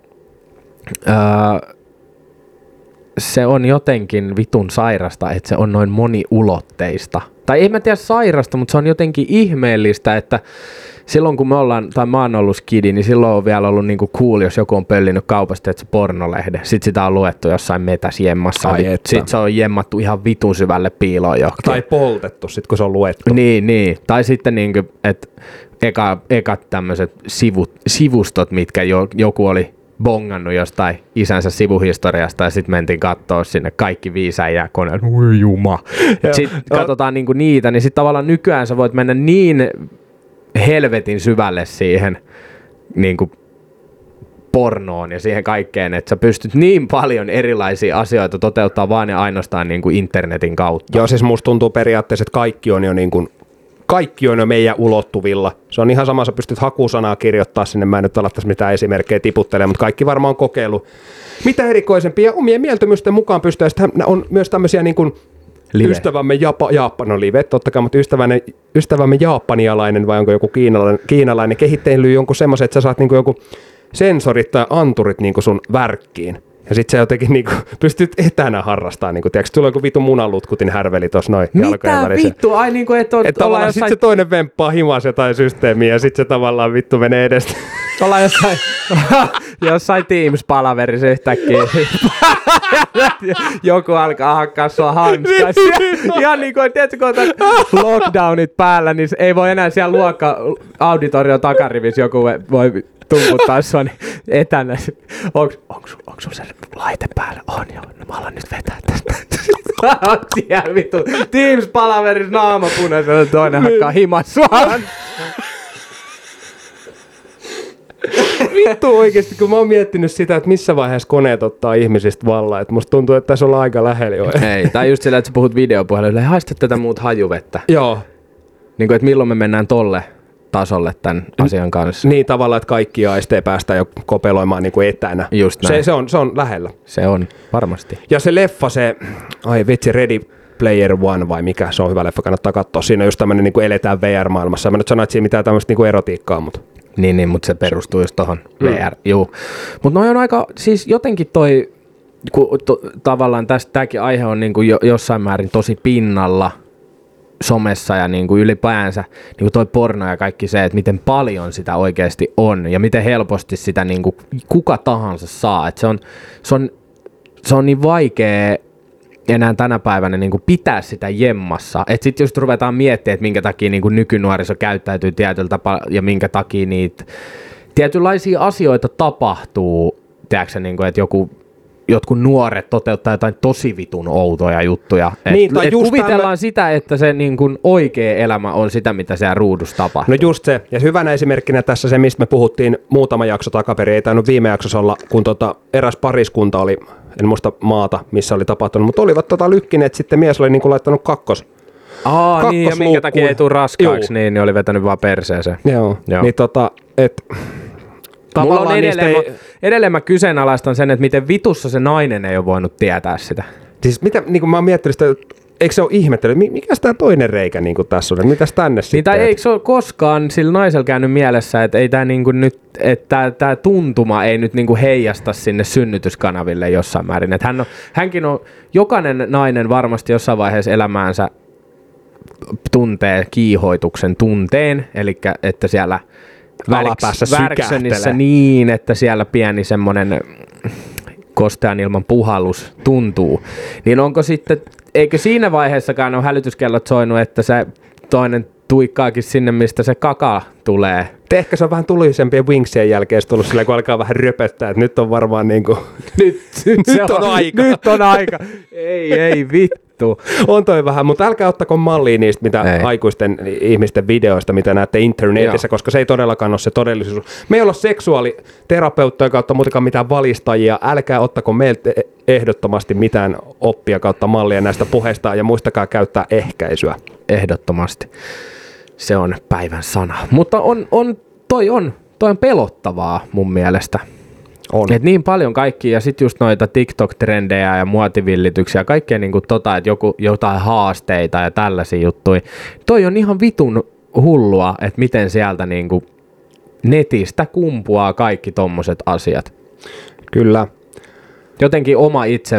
Speaker 3: se on jotenkin vitun sairasta, että se on noin moniulotteista. Tai ei mä tiedä sairasta, mutta se on jotenkin ihmeellistä, että silloin kun mä oon ollut skidi, niin silloin on vielä ollut niinku cool, jos joku on pöllinyt kaupasta, että se pornolehde. Sitten sitä on luettu jossain metäsjemmassa. Sitten se on jemmattu ihan vitun syvälle piiloon johonkin.
Speaker 2: Tai poltettu sit, kun se on luettu.
Speaker 3: Niin. Tai sitten niinku, että ekat tämmöiset sivustot, mitkä joku oli bongannut jostain isänsä sivuhistoriasta ja sitten mentiin kattoo sinne kaikki 5 äijää koneen. Oi juma. Sitten katsotaan niinku niitä, niin sitten tavallaan nykyään sä voit mennä niin helvetin syvälle siihen niinku pornoon ja siihen kaikkeen, että sä pystyt niin paljon erilaisia asioita toteuttaa vaan ja ainoastaan niinku internetin kautta.
Speaker 2: Joo, siis musta tuntuu periaatteessa, että kaikki on jo meidän ulottuvilla. Se on ihan sama, sä pystyt hakusanaa kirjoittaa sinne, mä en nyt alattaisi mitään esimerkkejä tiputtelemaan, mutta kaikki varmaan on kokeillut mitä erikoisempia omien mieltymysten mukaan pystyy. Sitten on myös tämmöisiä niin kuin ystävämme live, totta kai, mutta ystävämme japanialainen vai onko joku kiinalainen kehittänyt jonkun semmoisen, että sä saat niin kuin joku sensorit tai anturit niin kuin sun värkkiin. Ja sit sä jotenkin niinku pystyt etänä harrastaa, niinku tiiäks, tulee joku vitun munanlutkutin härveli tossa noin jalkojen välissä.
Speaker 3: Mitä vittu? Ai niinku et
Speaker 2: tavallaan jossain... sit se toinen vemppaa himas jotain systeemiä ja sit se tavallaan vittu menee edestä.
Speaker 3: Ollaan jossain Teams-palaverissa yhtäkkiä. Joku alkaa hakkaa sua hanskassa. Ihan niinku, tiedätkö, kun otat lockdownit päällä, niin ei voi enää siellä auditorion takarivissä joku voi tumputtaa sua niin etänä. Onko sulla se laite päällä? On joo. No mä alan nyt vetää tästä. Siellä vittu Teams-palaverissa naama punaisella, toinen hakkaa himas suoraan.
Speaker 2: Vittu oikeesti, kun mä oon miettinyt sitä, että missä vaiheessa koneet ottaa ihmisistä vallan, että musta tuntuu, että tässä ollaan aika lähellä jo.
Speaker 3: Ei, tai just sillä, että sä puhut videopuhelilla, ei haista tätä muut hajuvettä.
Speaker 2: Joo.
Speaker 3: Niin kuin, että milloin me mennään tolle tasolle tämän asian kanssa.
Speaker 2: Niin tavallaan, että kaikki aisteja päästään jo kopeloimaan niin kuin etänä.
Speaker 3: Just näin.
Speaker 2: Se on lähellä.
Speaker 3: Se on, varmasti.
Speaker 2: Ja se leffa, ai vitsi, Ready Player One vai mikä, se on hyvä leffa, kannattaa katsoa. Siinä on just tämmönen niin kuin eletään VR-maailmassa. Mä nyt sanoin, että siinä mitään tämmöistä niin kuin erotiikkaa, mutta...
Speaker 3: Niin, mutta se perustuu just tohon VR, juu. Mutta noi on aika, siis jotenkin tavallaan tämäkin aihe on niinku jossain määrin tosi pinnalla somessa ja niinku ylipäänsä niinku toi porno ja kaikki se, että miten paljon sitä oikeasti on ja miten helposti sitä niinku kuka tahansa saa. Et se on niin vaikea enää tänä päivänä niin kuin pitää sitä jemmassa. Että sitten just ruvetaan miettimään, että minkä takia niin kuin nykynuoriso käyttäytyy tietyllä tapaa ja minkä takia niitä tietynlaisia asioita tapahtuu. Tiedätkö, niin kuin, että joku jotkut nuoret toteuttaa jotain tosi vitun outoja juttuja.
Speaker 2: Niin, tai just
Speaker 3: kuvitellaan sitä, että se niin kuin oikea elämä on sitä, mitä siellä ruudussa tapahtuu.
Speaker 2: No just se. Ja hyvänä esimerkkinä tässä se, mistä me puhuttiin muutama jakso takaperin, ei tainnut viime jaksossa olla, kun eräs pariskunta oli, en muista maata, missä oli tapahtunut, mutta olivat lykkineet, sitten mies oli niin kuin laittanut
Speaker 3: niin, ja minkä takia ei tule raskaaksi, niin oli vetänyt vaan perseeseen.
Speaker 2: Joo. Niin
Speaker 3: mulla on edelleen mä kyseenalaistan sen, että miten vitussa se nainen ei ole voinut tietää sitä.
Speaker 2: Siis mitä, niin kuin mä oon miettinyt sitä, eikö se ole ihmetellyt, mikäs tää toinen reikä niin kuin tässä on, mitäs tänne sitten?
Speaker 3: Tai eikö se ole koskaan sillä naisella käynyt mielessä, että ei tää niin kuin nyt, että tää tuntuma ei nyt niin kuin heijasta sinne synnytyskanaville jossain määrin. Että hänkin on, jokainen nainen varmasti jossain vaiheessa elämäänsä tuntee kiihoituksen tunteen, eli että siellä Värksönissä niin, että siellä pieni semmoinen kostean ilman puhallus tuntuu. Niin onko sitten, eikö siinä vaiheessakaan ole hälytyskellot soinut, että se toinen tuikkaakin sinne, mistä se kaka tulee?
Speaker 2: Ehkä se on vähän tulisempien wingsien jälkeen tullut sillä, kun alkaa vähän röpöttää, että nyt on varmaan niinku... nyt on aika.
Speaker 3: Nyt on aika. Ei vittu.
Speaker 2: On toi vähän, mutta älkää ottako mallia niistä mitä aikuisten ihmisten videoista, mitä näette internetissä, koska se ei todellakaan ole se todellisuus. Me ei olla seksuaaliterapeuttoja kautta muutenkaan mitään valistajia. Älkää ottako meiltä ehdottomasti mitään oppia kautta mallia näistä puheista ja muistakaa käyttää ehkäisyä.
Speaker 3: Ehdottomasti. Se on päivän sana. Mutta toi on pelottavaa mun mielestä.
Speaker 2: On.
Speaker 3: Et niin paljon kaikkia, ja sitten just noita TikTok-trendejä ja muotivillityksiä, kaikkea niinku että jotain haasteita ja tällaisia juttuja. Toi on ihan vitun hullua, että miten sieltä niinku netistä kumpuaa kaikki tommoset asiat.
Speaker 2: Kyllä.
Speaker 3: Jotenkin oma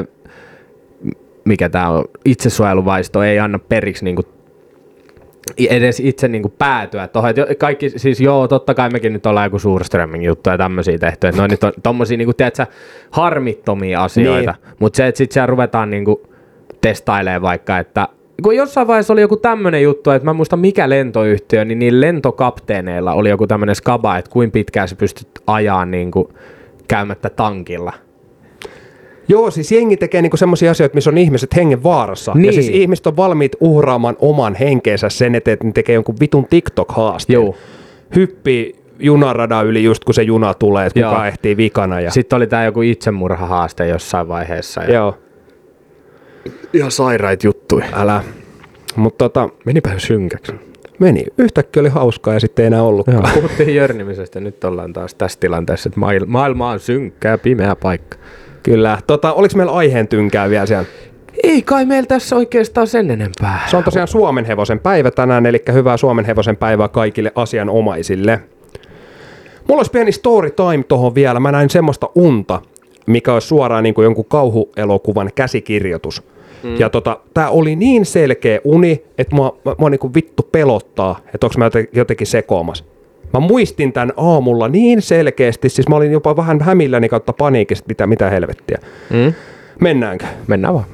Speaker 3: itsesuojeluvaisto ei anna periksi niinku edes itse niinku päätyä tuohon. Kaikki, siis totta kai mekin nyt ollaan joku suurströmming-juttu ja tämmöisiä tehty. Että nyt on tommosia niinku, tiedätkö, harmittomia asioita. Niin. Mutta se, että sit siellä ruvetaan niinku testailemaan vaikka, että kun jossain vaiheessa oli joku tämmönen juttu, että mä en muista mikä lentoyhtiö, niin niillä lentokapteeneilla oli joku tämmönen skaba, että kuinka pitkään sä pystyt ajaa niinku käymättä tankilla.
Speaker 2: Joo, siis jengi tekee niinku semmoisia asioita, missä on ihmiset hengen vaarassa.
Speaker 3: Niin.
Speaker 2: Ja siis ihmiset on valmiit uhraamaan oman henkeensä sen eteen, että ne tekee jonkun vitun TikTok-haasteen.
Speaker 3: Joo.
Speaker 2: Hyppii junaradan yli just kun se juna tulee, että kuka ehtii vikana. Ja...
Speaker 3: Sitten oli tää joku itsemurhahaaste jossain vaiheessa.
Speaker 2: Joo.
Speaker 3: Ihan sairaita juttuja.
Speaker 2: Älä. Mutta
Speaker 3: menipä synkäksi.
Speaker 2: Meni. Yhtäkkiä oli hauskaa ja sitten ei enää ollutkaan.
Speaker 3: Joo. Puhuttiin jörnimisestä, nyt ollaan taas tässä tilanteessa, että maailma on synkkä ja pimeä paikka.
Speaker 2: Kyllä. Oliko meillä aiheen tynkää vielä siellä?
Speaker 3: Ei kai meillä tässä oikeastaan sen enempää.
Speaker 2: Se on tosiaan Suomenhevosen päivä tänään, eli hyvää Suomenhevosen päivää kaikille asianomaisille. Mulla olisi pieni story time tohon vielä. Mä näin semmoista unta, mikä olisi suoraan niin kuin jonkun kauhuelokuvan käsikirjoitus. Ja tää oli niin selkeä uni, että mua niin kuin vittu pelottaa, että onko mä jotenkin sekoamassa. Mä muistin tän aamulla niin selkeästi, siis mä olin jopa vähän hämilläni kautta paniikista, mitä helvettiä. Mennäänkö?
Speaker 3: Mennään vaan.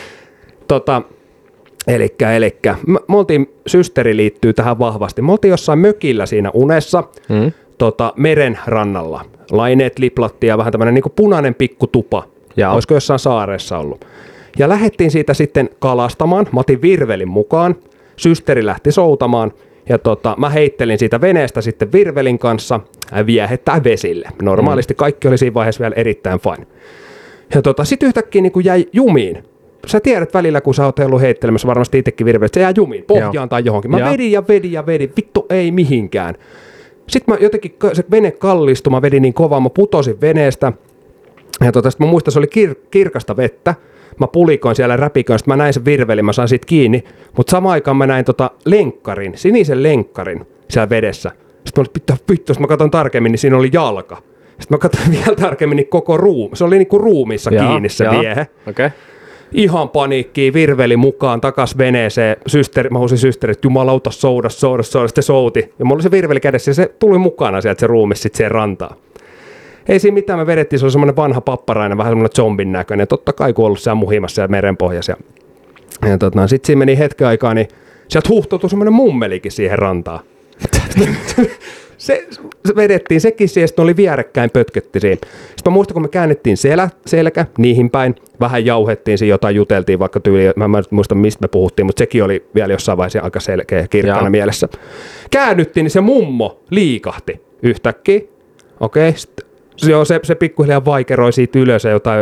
Speaker 2: Elikkä. Me oltiin, systeri liittyy tähän vahvasti. Me oltiin jossain mökillä siinä unessa, meren rannalla. Laineet liplattiin ja vähän tämmönen niinku punainen pikku tupa. Olisiko jossain saaressa ollut. Ja lähdettiin siitä sitten kalastamaan. Mä otin virvelin mukaan. Systeri lähti soutamaan. Ja mä heittelin siitä veneestä sitten virvelin kanssa viehättää vesille. Normaalisti kaikki oli siinä vaiheessa vielä erittäin fine. Ja sitten yhtäkkiä niin jäi jumiin. Sä tiedät välillä, kun sä oot ollut heittelemässä varmasti itsekin virvelistä, se jää jumiin, pohjaan tai johonkin. Mä vedin, vittu ei mihinkään. Sitten mä jotenkin, se vene kallistui, mä vedin niin kovaa, mä putosin veneestä. Ja sitten mä muistan, se oli kirkasta vettä. Mä pulikoin siellä räpikoin, sitten mä näin sen virvelin, mä sain siitä kiinni. Mutta samaan aikaan mä näin lenkkarin, sinisen lenkkarin siellä vedessä. Sitten mä olin, vittu, mä katson tarkemmin, niin siinä oli jalka. Sitten mä katsoin vielä tarkemmin, niin koko ruumi. Se oli niinku ruumissa kiinni se viehe.
Speaker 3: Okay.
Speaker 2: Ihan paniikkiin, virveli mukaan, takas veneeseen. Mä huusin systeri, että jumalauta, souda. Sitten souti. Ja mulla oli se virveli kädessä ja se tuli mukana sieltä se ruumis sitten siihen rantaan. Ei siinä mitään, me vedettiin, se oli semmoinen vanha papparainen, vähän semmoinen zombin näköinen. Totta kai kun ollut siellä muhimassa siellä merenpohjassa. Ja sitten siinä meni hetken aikaa, niin sieltä huuhtoutui semmoinen mummelikin siihen rantaan. se vedettiin sekin siihen, että oli vierekkäin pötkötti siinä. Sitten mä muistan, kun me käännettiin selkä niihin päin, vähän jauhettiin siinä jotain, juteltiin vaikka tyyliin, mä en muista mistä me puhuttiin, mutta sekin oli vielä jossain vaiheessa aika selkeä ja kirkkana mielessä. Käännyttiin, niin se mummo liikahti yhtäkkiä. Okei, joo, se pikkuhiljaa vaikeroi siitä ylös ja jotain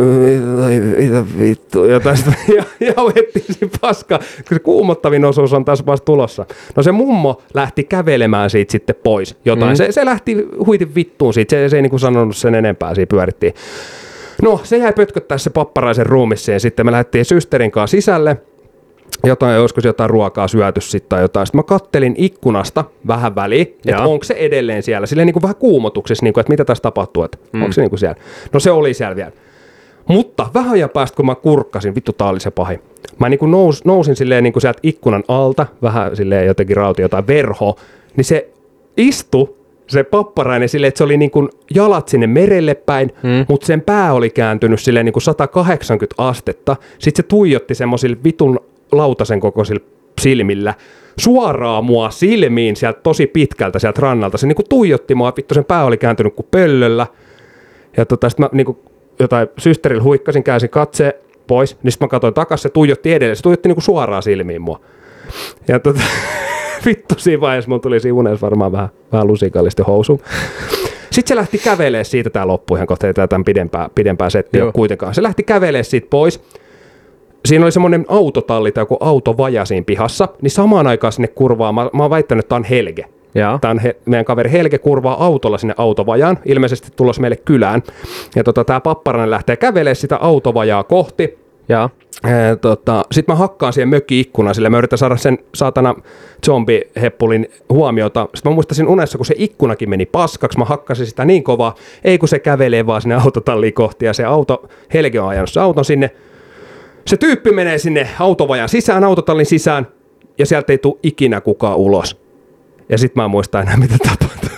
Speaker 2: vittu, jotain ja jauhettiin siinä paskaa, kun se kuumottavin osuus on taas vasta tulossa. No se mummo lähti kävelemään siitä sitten pois jotain. Se lähti huitin vittuun siitä, se ei niinku sanonut sen enempää, siinä pyörittiin. No, se jäi pötköttää se papparaisen ruumissa ja sitten me lähdettiin systerin kanssa sisälle. Olisiko jotain ruokaa syöty sitten tai jotain. Sitten mä kattelin ikkunasta vähän väliin, että onko se edelleen siellä. Silleen niin kuin vähän kuumotuksessa, niin kuin, että mitä tässä tapahtuu, että onko se niin kuin siellä. No se oli siellä vielä. Mutta vähän ajan päästä, kun mä kurkkasin, vittu tää oli se pahin. Mä niin kuin nousin silleen niin kuin sieltä ikkunan alta, vähän silleen jotenkin rauti jotain verho, niin se istui se papparainen silleen, että se oli niin kuin jalat sinne merelle päin, mutta sen pää oli kääntynyt silleen niin kuin 180 astetta. Sitten se tuijotti semmoisille vitun lautasen kokoisilla silmillä suoraan mua silmiin sieltä tosi pitkältä sieltä rannalta. Se niinku tuijotti mua, vittu sen pää oli kääntynyt kuin pöllöllä. Ja sitten mä niinku jotain systerillä huikkasin, käänsin katse pois, niin sitten mä katsoin takas, se tuijotti edelleen. Se tuijotti niinku suoraan silmiin mua. Ja vittu siinä vaiheessa mulla tuli siinä unessa varmaan vähän lusikallisesti housuun. Sitten se lähti kävelemään siitä, tää loppui ihan kohta, ei tämän pidempää settiä ole kuitenkaan. Se lähti kävelemään siitä pois. Siinä oli semmoinen autotalli tai joku autovaja siinä pihassa, niin samaan aikaan sinne kurvaa, mä oon väittänyt, että tää on Helge. Tää on meidän kaveri Helge kurvaa autolla sinne autovajaan, ilmeisesti tulossa meille kylään. Ja tää papparainen lähtee kävelemään sitä autovajaa kohti. Sitten mä hakkaan siihen mökki-ikkunaan, sillä mä yritän saada sen saatana zombiheppulin huomiota. Sitten mä muistasin unessa, kun se ikkunakin meni paskaksi, mä hakkasin sitä niin kovaa, ei kun se kävelee vaan sinne autotalliin kohti ja se auto, Helge on ajanut se auton sinne. Se tyyppi menee sinne autovajan sisään, autotallin sisään, ja sieltä ei tule ikinä kukaan ulos. Ja sit mä en muista enää, mitä tapahtui.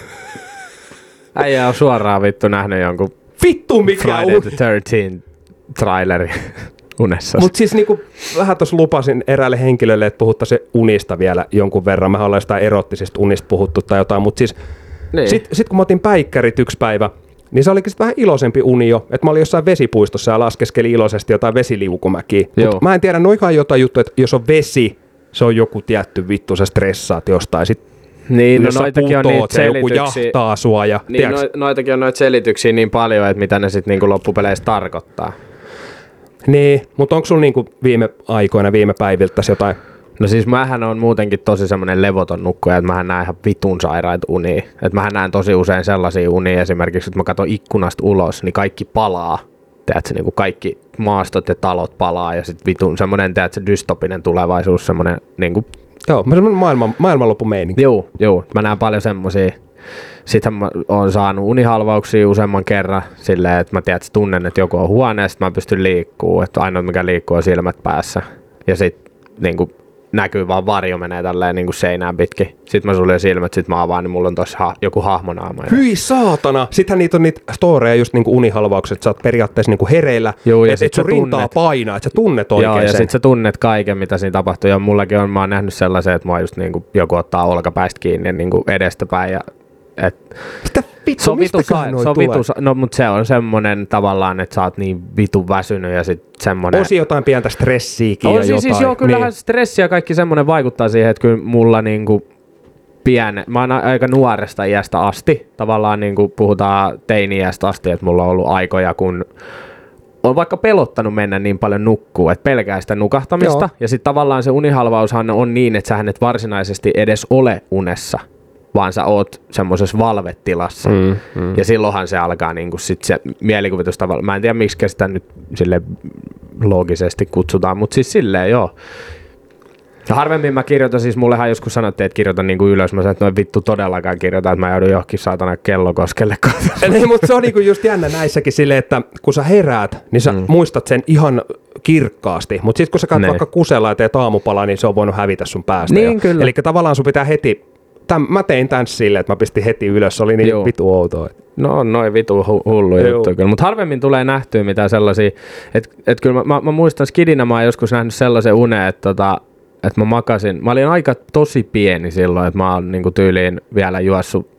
Speaker 3: Äijä on suoraan vittu nähnyt jonkun
Speaker 2: vittu mikä
Speaker 3: Friday the 13 traileri unessa.
Speaker 2: Mut siis niinku vähän tossa lupasin eräälle henkilölle, että puhuttaisiin unista vielä jonkun verran. Mehän ollaan sitä erottisista unista puhuttu tai jotain, mutta siis niin. Sit kun mä otin päikkärit yksi päivä, niin se olikin vähän iloisempi uni jo, että mä olin jossain vesipuistossa ja laskeskeli iloisesti jotain vesiliukumäkiä. Mutta mä en tiedä, noikaan jotain juttu, että jos on vesi, se on joku tietty vittu, sä stressaat jostain.
Speaker 3: Niin, no noitakin on niitä selityksiä.
Speaker 2: Joku jahtaa sua ja
Speaker 3: niin, noitakin on noita selityksiä niin paljon, että mitä ne sitten niinku loppupeleissä tarkoittaa.
Speaker 2: Niin, mutta onko sulla niinku viime aikoina, viime päiviltä jotain?
Speaker 3: No siis mähän on muutenkin tosi semmoinen levoton nukkuja, että mähän näen ihan vitun sairaita unia. Että mähän näen tosi usein sellaisia unia esimerkiksi, että mä katson ikkunasta ulos, niin kaikki palaa. Tiedätkö, niin kuin kaikki maastot ja talot palaa ja sitten vitun semmoinen, tiedätkö, dystopinen tulevaisuus, semmoinen niin kuin...
Speaker 2: Joo, semmoinen maailmanloppumeininki.
Speaker 3: Joo, mä näen paljon semmoisia. Sitten mä oon saanut unihalvauksia useamman kerran silleen, että mä tunnen, että joku on huoneessa, mä pystyn liikkuu, että ainoa mikä liikkuu on silmät päässä. Ja sitten niin kuin näkyy vaan varjo menee tälleen niin kuin seinään pitkin. Sitten mä suljen silmät, sit mä avaan, niin mulla on tossa joku hahmonaama.
Speaker 2: Hyi saatana! Sittenhän niitä on niitä storeja just niin kuin unihalvaukset, että sä oot periaatteessa niin kuin hereillä, että sun rintaa painaa, että sä tunnet oikein sen.
Speaker 3: Joo, ja sit sä tunnet kaiken, mitä siinä tapahtuu. Ja mullakin on, mä oon nähnyt sellaisen, että mua just niin kuin joku ottaa olkapäistä kiinni niin kuin edestäpäin. Ja,
Speaker 2: mitä vittu, mistäkään noi tulee?
Speaker 3: No, mutta se on semmonen tavallaan, että sä oot niin vitun väsynyt ja sit semmonen...
Speaker 2: On jotain pientä stressiäkin ja jotain.
Speaker 3: Siis joo, kyllähän niin. Stressi ja kaikki semmonen vaikuttaa siihen, että kyllä mulla niinku mä oon aika nuoresta iästä asti, tavallaan niinku puhutaan teini-iästä asti, että mulla on ollut aikoja, kun on vaikka pelottanut mennä niin paljon nukkuu, että pelkää sitä nukahtamista. Joo. Ja sitten tavallaan se unihalvaushan on niin, että sähän et varsinaisesti edes ole unessa, vaan sä oot semmoisessa valvetilassa. Ja silloinhan se alkaa niinku sit se mielikuvitus tavallaan. Mä en tiedä, miksi sitä nyt sille loogisesti kutsutaan, mutta siis silleen joo. Ja harvemmin mä kirjoitan, siis mullehan joskus sanottiin, että kirjoitan niinku ylös. Mä sanoin, että noin vittu todellakaan kirjoitan, että mä joudun johonkin saatana kellokoskelle.
Speaker 2: Niin, mutta se on niinku just jännä näissäkin silleen, että kun sä heräät, niin sä muistat sen ihan kirkkaasti. Mutta sitten kun sä käyt vaikka kusella ja teet aamupalaa, niin se on voinut hävitä sun päästä.
Speaker 3: Niin, kyllä.
Speaker 2: Eli tavallaan sun pitää heti... Mä tein tän silleen, että mä pistin heti ylös, se oli niin vitu outoa.
Speaker 3: No noin vitu hullu juttu kyllä, mutta harvemmin tulee nähtyä mitään sellaisia, että kyllä mä muistan skidinä, mä oon joskus nähnyt sellaisen uneen, että mä makasin, mä olin aika tosi pieni silloin, että mä oon niinku tyyliin vielä juossut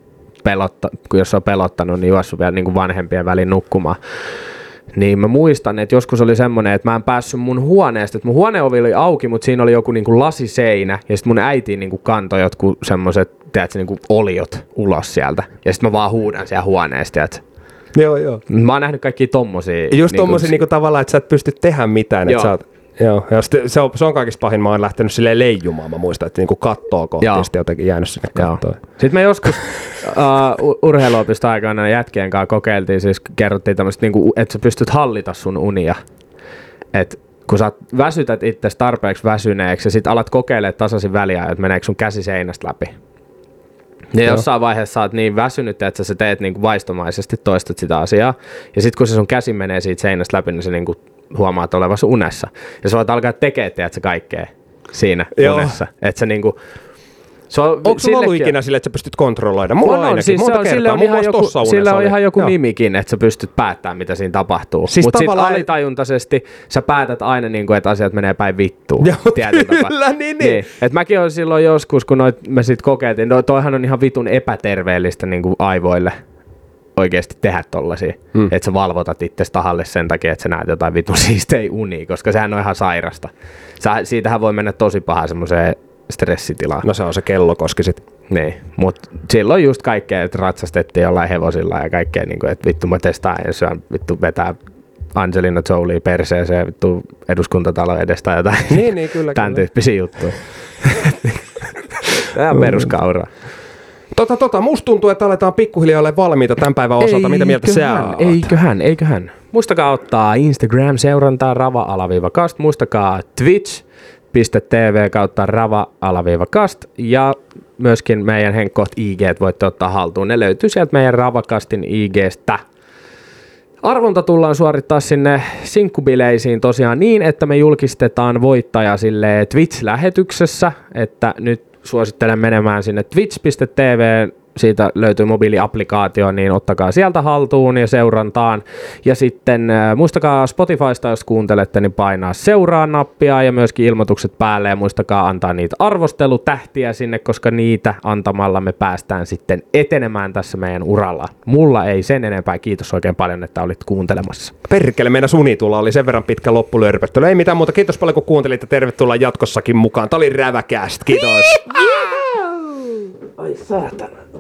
Speaker 3: jos on pelottanut, niin juossut vielä niin kuin vanhempien väliin nukkumaan. Niin mä muistan, että joskus oli semmoinen, että mä en päässyt mun huoneesta, että mun huoneovi oli auki, mutta siinä oli joku niinku lasiseinä, ja sitten mun äiti niinku kantoi jotkut semmoiset, tiedätkö, niinku oliot ulos sieltä, ja sitten mä vaan huudan siellä huoneesta, tiedätkö.
Speaker 2: Joo.
Speaker 3: Mä oon nähnyt kaikkia tommosia.
Speaker 2: Just tommosia niinku tavallaan, että sä et pysty tehdä mitään, että sä oot. Joo, ja se on kaikista pahin, mä oon lähtenyt silleen leijumaan, mä muistan, että niinku kattoo kohti, ja sitten jotenkin jäänyt sinne kattoon.
Speaker 3: Sitten me joskus urheiluopisto aikana jätkien kanssa kokeiltiin, siis kerrottiin tämmöistä, niinku, että sä pystyt hallita sun unia. Että kun sä väsytät itsesi tarpeeksi väsyneeksi ja sit alat kokeilemaan tasaisin väliä, että meneekö sun käsi seinästä läpi. Ja jossain vaiheessa sä oot niin väsynyt, että sä teet niinku vaistomaisesti, toistat sitä asiaa. Ja sit kun se sun käsi menee siitä seinästä läpi, niin sä niinku huomaat olevasi unessa. Ja sä voit alkaa tekemään, tiedätkö, kaikkea siinä unessa. Että sä niinku...
Speaker 2: Onko sulla ollut ikinä sille, että sä pystyt kontrolloida? Mulla on ainakin
Speaker 3: siis
Speaker 2: monta kertaa.
Speaker 3: Sillä on ihan joku nimikin, että sä pystyt päättämään, mitä siinä tapahtuu.
Speaker 2: Siis
Speaker 3: mutta sitten alitajuntaisesti sä päätät aina, että asiat menee päin vittuun.
Speaker 2: Kyllä, niin.
Speaker 3: Et mäkin olen silloin joskus, kun me sit kokeiltiin, toihan on ihan vitun epäterveellistä niin kuin aivoille oikeasti tehdä tollasia. Että sä valvotat itsesi tahalle sen takia, että sä näet jotain vitun siistei unia, koska sehän on ihan sairasta. Siitähän voi mennä tosi paha semmoiseen stressitilaan.
Speaker 2: No se on se kellokoski sit.
Speaker 3: Niin, mutta silloin just kaikkea, että ratsastettiin jollain hevosilla ja kaikkea, niin että vittu mä testaan ensin, vittu vetää Angelina Jolie perseeseen vittu eduskuntatalon edestä tai jotain.
Speaker 2: Niin, kyllä.
Speaker 3: Tämän tyyppisiä juttuja. Tämä on peruskauraa.
Speaker 2: Musta tuntuu, että aletaan pikkuhiljaa olla valmiita tämän päivän osalta. Mitä mieltä sä oot?
Speaker 3: Eiköhän. Muistakaa ottaa Instagram-seurantaa rava-kast. Muistakaa Twitch.tv kautta rava-kast ja myöskin meidän henkkoht IG voitte ottaa haltuun. Ne löytyy sieltä meidän Ravakastin IGstä. Arvonta tullaan suorittaa sinne sinkkubileisiin tosiaan niin, että me julkistetaan voittaja sille Twitch-lähetyksessä, että nyt suosittelen menemään sinne twitch.tv, siitä löytyy mobiiliaplikaatio, niin ottakaa sieltä haltuun ja seurantaan. Ja sitten muistakaa Spotifysta, jos kuuntelette, niin painaa seuraa-nappia ja myöskin ilmoitukset päälle ja muistakaa antaa niitä arvostelutähtiä sinne, koska niitä antamalla me päästään sitten etenemään tässä meidän uralla. Mulla ei sen enempää. Kiitos oikein paljon, että olit kuuntelemassa.
Speaker 2: Perkele, meidän sunitulla oli sen verran pitkä loppulörpöttely. Ei mitään muuta. Kiitos paljon, kun kuuntelit ja tervetuloa jatkossakin mukaan. Tää oli Räväcast. Kiitos.
Speaker 3: Ai saatana.